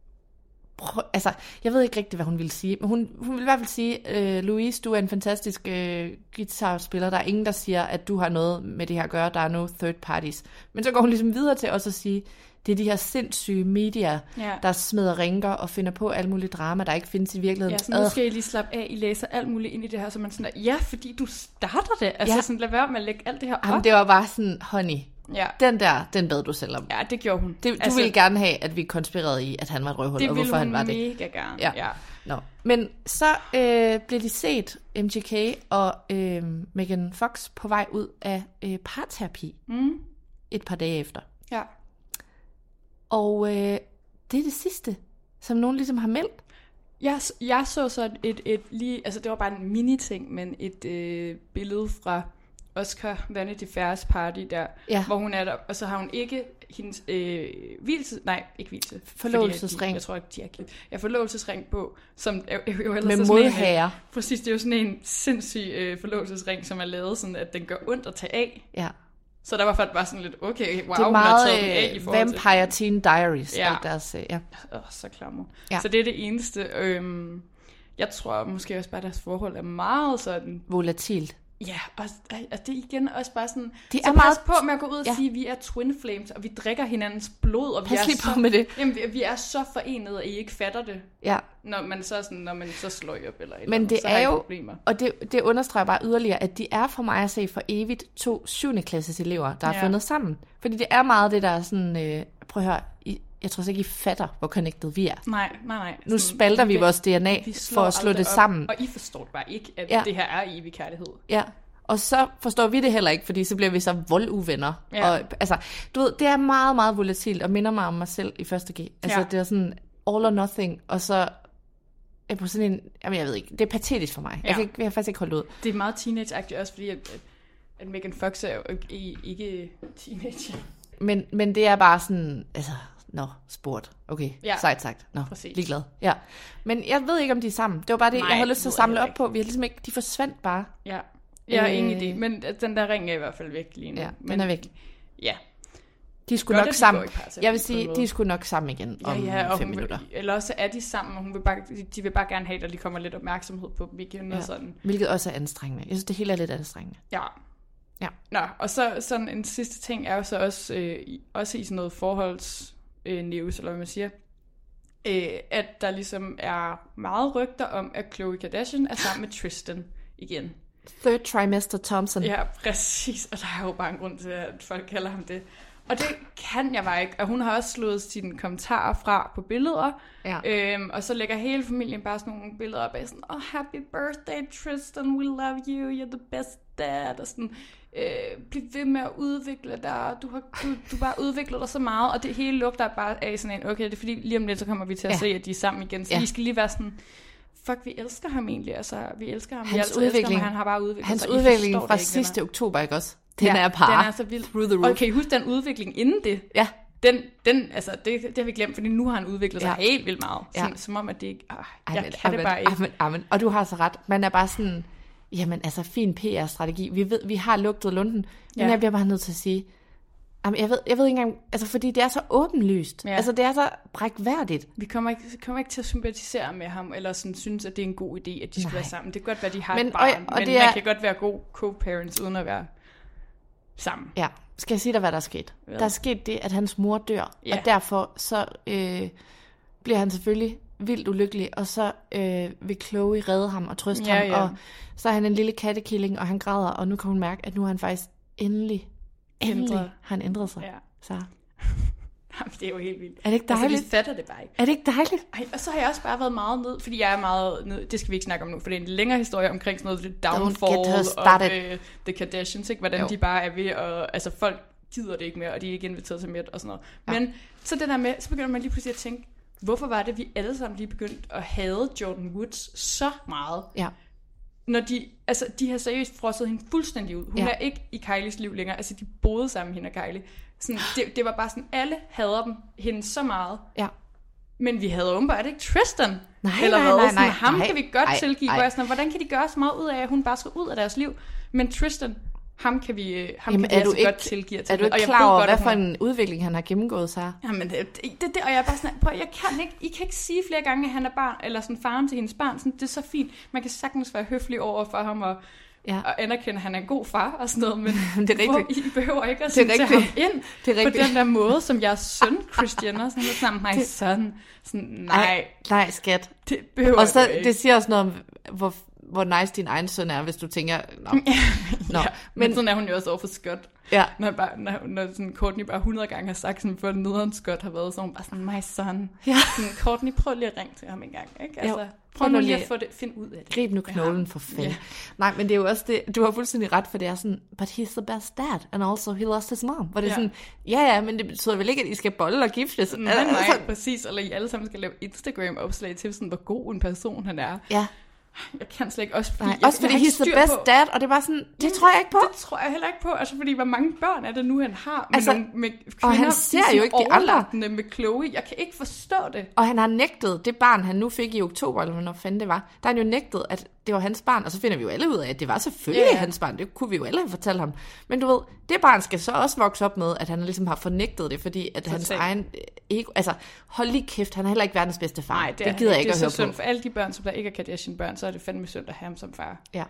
altså jeg ved ikke rigtigt, hvad hun ville sige, men hun ville i hvert fald sige, Louise, du er en fantastisk guitarspiller, der er ingen, der siger, at du har noget med det her at gøre, der er no third parties. Men så går hun ligesom videre til også at sige, det er de her sindssyge medier, der smider rinker og finder på alt muligt drama, der ikke findes i virkeligheden. Ja, så nu skal I lige slappe af, I læser alt muligt ind i det her, så man sådan der, ja, fordi du starter det. Altså sådan, lad være med at lægge alt det her op. Jamen, det var bare sådan, honey, den bad du selv om. Ja, det gjorde hun. Du ville gerne have, at vi konspirerede i, at han var et røvhul, og hvorfor han var det. Det ville hun mega gerne, ja. Nå. Men så blev de set, MGK og Megan Fox, på vej ud af parterapi et par dage efter. Ja. Og det er det sidste, som nogen ligesom har meldt. Jeg så så et lige, altså det var bare en mini-ting, men et billede fra Oscar Vanity Fairs party der, hvor hun er der, og så har hun ikke hendes forlovelsesring. Jeg tror ikke, de har givet. Forlovelsesring på, som jo ellers med modhager. Præcis, det er jo sådan en sindssyg forlovelsesring, som er lavet sådan, at den gør ondt at tage af. Ja. Så der var faktisk bare sådan lidt, okay, wow, det er meget hun har taget den af i forhold til... Vampire Teen Diaries. Ja. Deres, så klammer. Ja. Så det er det eneste. Jeg tror måske også bare, at deres forhold er meget sådan... volatilt. Ja, og det igen også bare sådan... De så er meget... på med at gå ud og sige, at vi er twin flames, og vi drikker hinandens blod, og pas lige på med det. Jamen, vi er så forenet, at I ikke fatter det. Ja. Når man så slår I op eller et men eller det så er jo, problemer. Og det understreger bare yderligere, at de er for mig at se for evigt 2 7. klasses elever, der er fundet sammen. Fordi det er meget det, der er sådan... prøv at høre, jeg tror ikke, I fatter, hvor connected vi er. Nej. Nu spalter vi vores DNA for at slå det sammen. Og I forstår det bare ikke, at det her er evig kærlighed. Ja. Og så forstår vi det heller ikke, fordi så bliver vi så volduvenner. Ja. Og, altså, du ved, det er meget, meget volatilt, og minder mig om mig selv i 1.G. Altså, det er sådan all or nothing, og så er på sådan en... Jamen, jeg ved ikke, det er patetisk for mig. Jeg har faktisk ikke holdt ud. Det er meget teenage-agtigt også, fordi at Megan Fox er jo ikke teenager. Men det er bare sådan... Altså, sport. Okay, sejt sagt. Ligeglad. Ja. Men jeg ved ikke, om de er sammen. Det var bare det, jeg havde lyst til at samle op på. Vi har ligesom ikke... De forsvandt bare. Ja. Jeg har ingen idé, men den der ring er i hvert fald væk lige nu. Ja, den er væk. Ja. De skulle nok sammen. Jeg vil sige, de skulle nok sammen igen om 5 minutter. Eller også er de sammen, og de vil bare gerne have, at der kommer lidt opmærksomhed på dem igen. Og sådan. Hvilket også er anstrengende. Jeg synes, det hele er lidt anstrengende. Ja. Nå, og så sådan en sidste ting er jo så også i sådan noget forholdsnews, eller hvad man siger, at der ligesom er meget rygter om, at Khloe Kardashian er sammen med Tristan igen. Third trimester Thompson. Ja, præcis. Og der er jo bare en grund til, at folk kalder ham det. Og det kan jeg bare ikke. Og hun har også slået sine kommentarer fra på billeder. Ja. Og så lægger hele familien bare sådan nogle billeder op af sådan, happy birthday Tristan, we love you, you're the best dad. Og sådan, bliv ved med at udvikle dig. Du bare udviklet dig så meget. Og det hele lugter bare af sådan en, okay, det er fordi lige om lidt, så kommer vi til at se, at de er sammen igen. Så vi skal lige være sådan... Fuck, vi elsker ham egentlig, altså, vi elsker ham. Hans udvikling, han har bare udviklet hans sig. udvikling fra sidste oktober, ikke også? Den er bare den er så vild. Through the roof. Okay, husk den udvikling inden det. Ja. Altså, det har vi glemt, fordi nu har han udviklet sig helt vildt meget. Sådan, som om, at det ikke... det bare ikke. Amen. Og du har så ret. Man er bare sådan, jamen altså, fin PR-strategi. Vi har lugtet lunden, men jeg bliver bare nødt til at sige, Jamen, jeg ved ikke engang, altså fordi det er så åbenlyst. Ja. Altså det er så brækværdigt. Vi kommer ikke til at sympatisere med ham, eller sådan synes, at det er en god idé, at de skal være sammen. Det kan godt være, at de har et barn, men man kan godt være god co-parents, uden at være sammen. Ja. Skal jeg sige dig, hvad der er sket? Ja. Der er sket det, at hans mor dør, og derfor så bliver han selvfølgelig vildt ulykkelig, og så vil Chloe redde ham og trøste ham, og så er han en lille kattekilling, og han græder, og nu kan hun mærke, at nu har han faktisk endelig har han ændret sig. Ja. Så. Jamen, det er jo helt vildt. Er det ikke dejligt? Altså, vi fatter det bare ikke. Er det ikke dejligt? Ej, og så har jeg også bare været meget ned, fordi jeg er meget ned, det skal vi ikke snakke om nu, for det er en længere historie omkring sådan noget downfall og The Kardashians, ikke? Hvordan de bare er ved, og altså folk gider det ikke mere, og de er ikke inviteret til Met og sådan noget. Ja. Men så det der med, så begynder man lige pludselig at tænke, hvorfor var det, vi alle sammen lige begyndte at hade Jordyn Woods så meget? Ja. Når de har seriøst frosset hende fuldstændig ud. Hun er ikke i Kylies liv længere. Altså, de boede sammen, hende og Kylie. Sådan, det var bare sådan, alle hader hende så meget. Ja. Men vi havde åbenbart ikke Tristan. Nej. Ham kan vi godt tilgive. Hvordan kan de gøre så meget ud af, at hun bare skal ud af deres liv? Men Tristan, ham kan vi altså godt tilgive. Er du ikke klar over, hvad for en udvikling han har gennemgået sig? Jamen, det, og jeg er bare sådan, I kan ikke sige flere gange, at han er barn, eller sådan faren til hendes barn. Sådan, det er så fint. Man kan sagtens være høflig over for ham, og anerkende, at han er en god far og sådan noget, men det er rigtigt. I behøver ikke at tage ham ind på den der måde, som jeres søn, Christian, og sådan my son. Sådan, nej, skat. Det behøver og så, det siger også noget om, hvor nice din egen søn er, hvis du tænker, men sådan er hun jo også over for Scott. Ja. Når sådan Courtney bare 100 gange har sagt, sådan, for nederen Scott har været, så hun bare sådan, my son. Ja. Sådan, Courtney, prøv lige at ringe til ham en gang. Ikke? Altså, prøv nu lige at finde ud af det. Grib nu knoglen for fanden. Yeah. Nej, men det er jo også det, du har fuldstændig ret, for det er sådan, but he's the best dad, and also he lost his mom. Hvor det er sådan, men det betyder vel ikke, at I skal bolle og giftes. Nej, præcis. Eller I alle sammen skal lave Instagram-opslag til, sådan, hvor god en person han er. Ja. Jeg kan slet ikke, også fordi he's the best dad, og det var sådan, det tror jeg ikke på. Det tror jeg heller ikke på, altså fordi hvor mange børn er det nu, han har med altså, nogle med kvinder, og han ser jo ikke de andre med Chloe. Jeg kan ikke forstå det. Og han har nægtet det barn, han nu fik i oktober, eller hvornår fanden det var, der har han jo nægtet, at det var hans barn, og så finder vi jo alle ud af, at det var selvfølgelig hans barn. Det kunne vi jo alle have fortalt ham. Men du ved, det barn skal så også vokse op med, at han ligesom har fornægtet det, fordi at hans egen ego, altså hold lige kæft, han er heller ikke verdens bedste far. Nej, det gider jeg ikke at høre på. Det er så synd for alle de børn, som der ikke er Kardashian-børn, så er det fandme synd at have ham som far. Ja.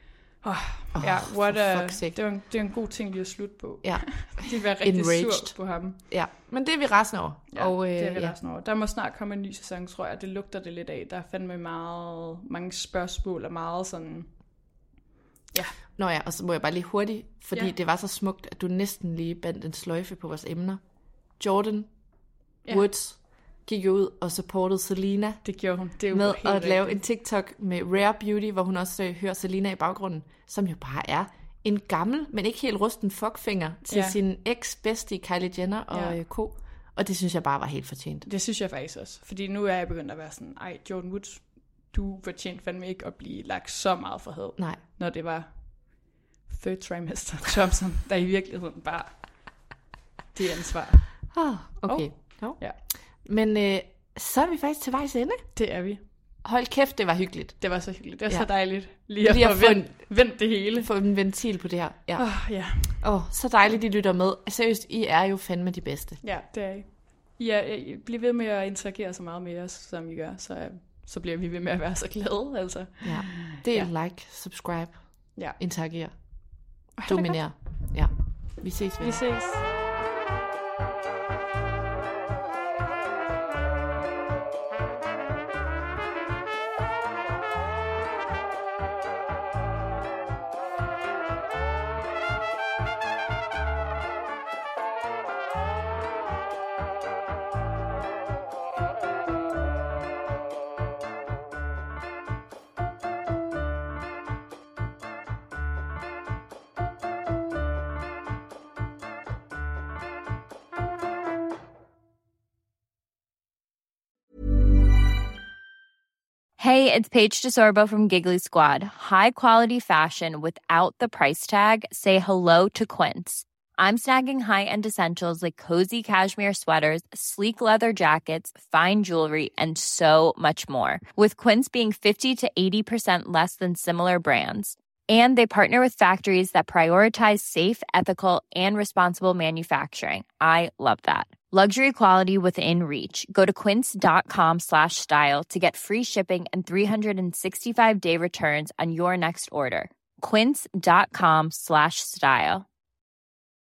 Det er en god ting lige at slutte på. Ja. De var rigtig sur på ham. Ja, men det er vi rasende over. Ja, og, det er vi rasende over. Der må snart komme en ny sæson, tror jeg. Det lugter det lidt af. Der er fandme mange spørgsmål og meget sådan... Ja. Nå ja, og så må jeg bare lige hurtigt, fordi det var så smukt, at du næsten lige bandt en sløjfe på vores emner. Jordyn Woods gik jo ud og supportede Selena. Det gjorde hun. Det er jo med at lave en TikTok med Rare Beauty, hvor hun også hører Selena i baggrunden, som jo bare er en gammel, men ikke helt rusten fuckfinger til sin eks-bestie Kylie Jenner og co. Og det synes jeg bare var helt fortjent. Det synes jeg faktisk også. Fordi nu er jeg begyndt at være sådan, Jordyn Woods, du fortjente fandme ikke at blive lagt så meget for had. Nej. Når det var third trimester Thompson, der i virkeligheden bare det ansvar. Okay. Ja. Men så er vi faktisk til vejs ende. Det er vi. Hold kæft, det var hyggeligt. Det var så hyggeligt. Det var så dejligt. Lige at få vendt det hele. Få en ventil på det her. Ja. Så dejligt, I lytter med. Seriøst, I er jo fandme de bedste. Ja, det er I. I bliver ved med at interagere så meget med os, som I gør. Så bliver vi ved med at være så glade. Altså. Ja. Del, like, subscribe, interagere, dominere. Ja. Vi ses. Vi ses. Hey, it's Paige DeSorbo from Giggly Squad. High quality fashion without the price tag. Say hello to Quince. I'm snagging high-end essentials like cozy cashmere sweaters, sleek leather jackets, fine jewelry, and so much more. With Quince being 50 to 80% less than similar brands. And they partner with factories that prioritize safe, ethical, and responsible manufacturing. I love that. Luxury quality within reach. Go to quince.com/style to get free shipping and 365-day returns on your next order. Quince.com/style.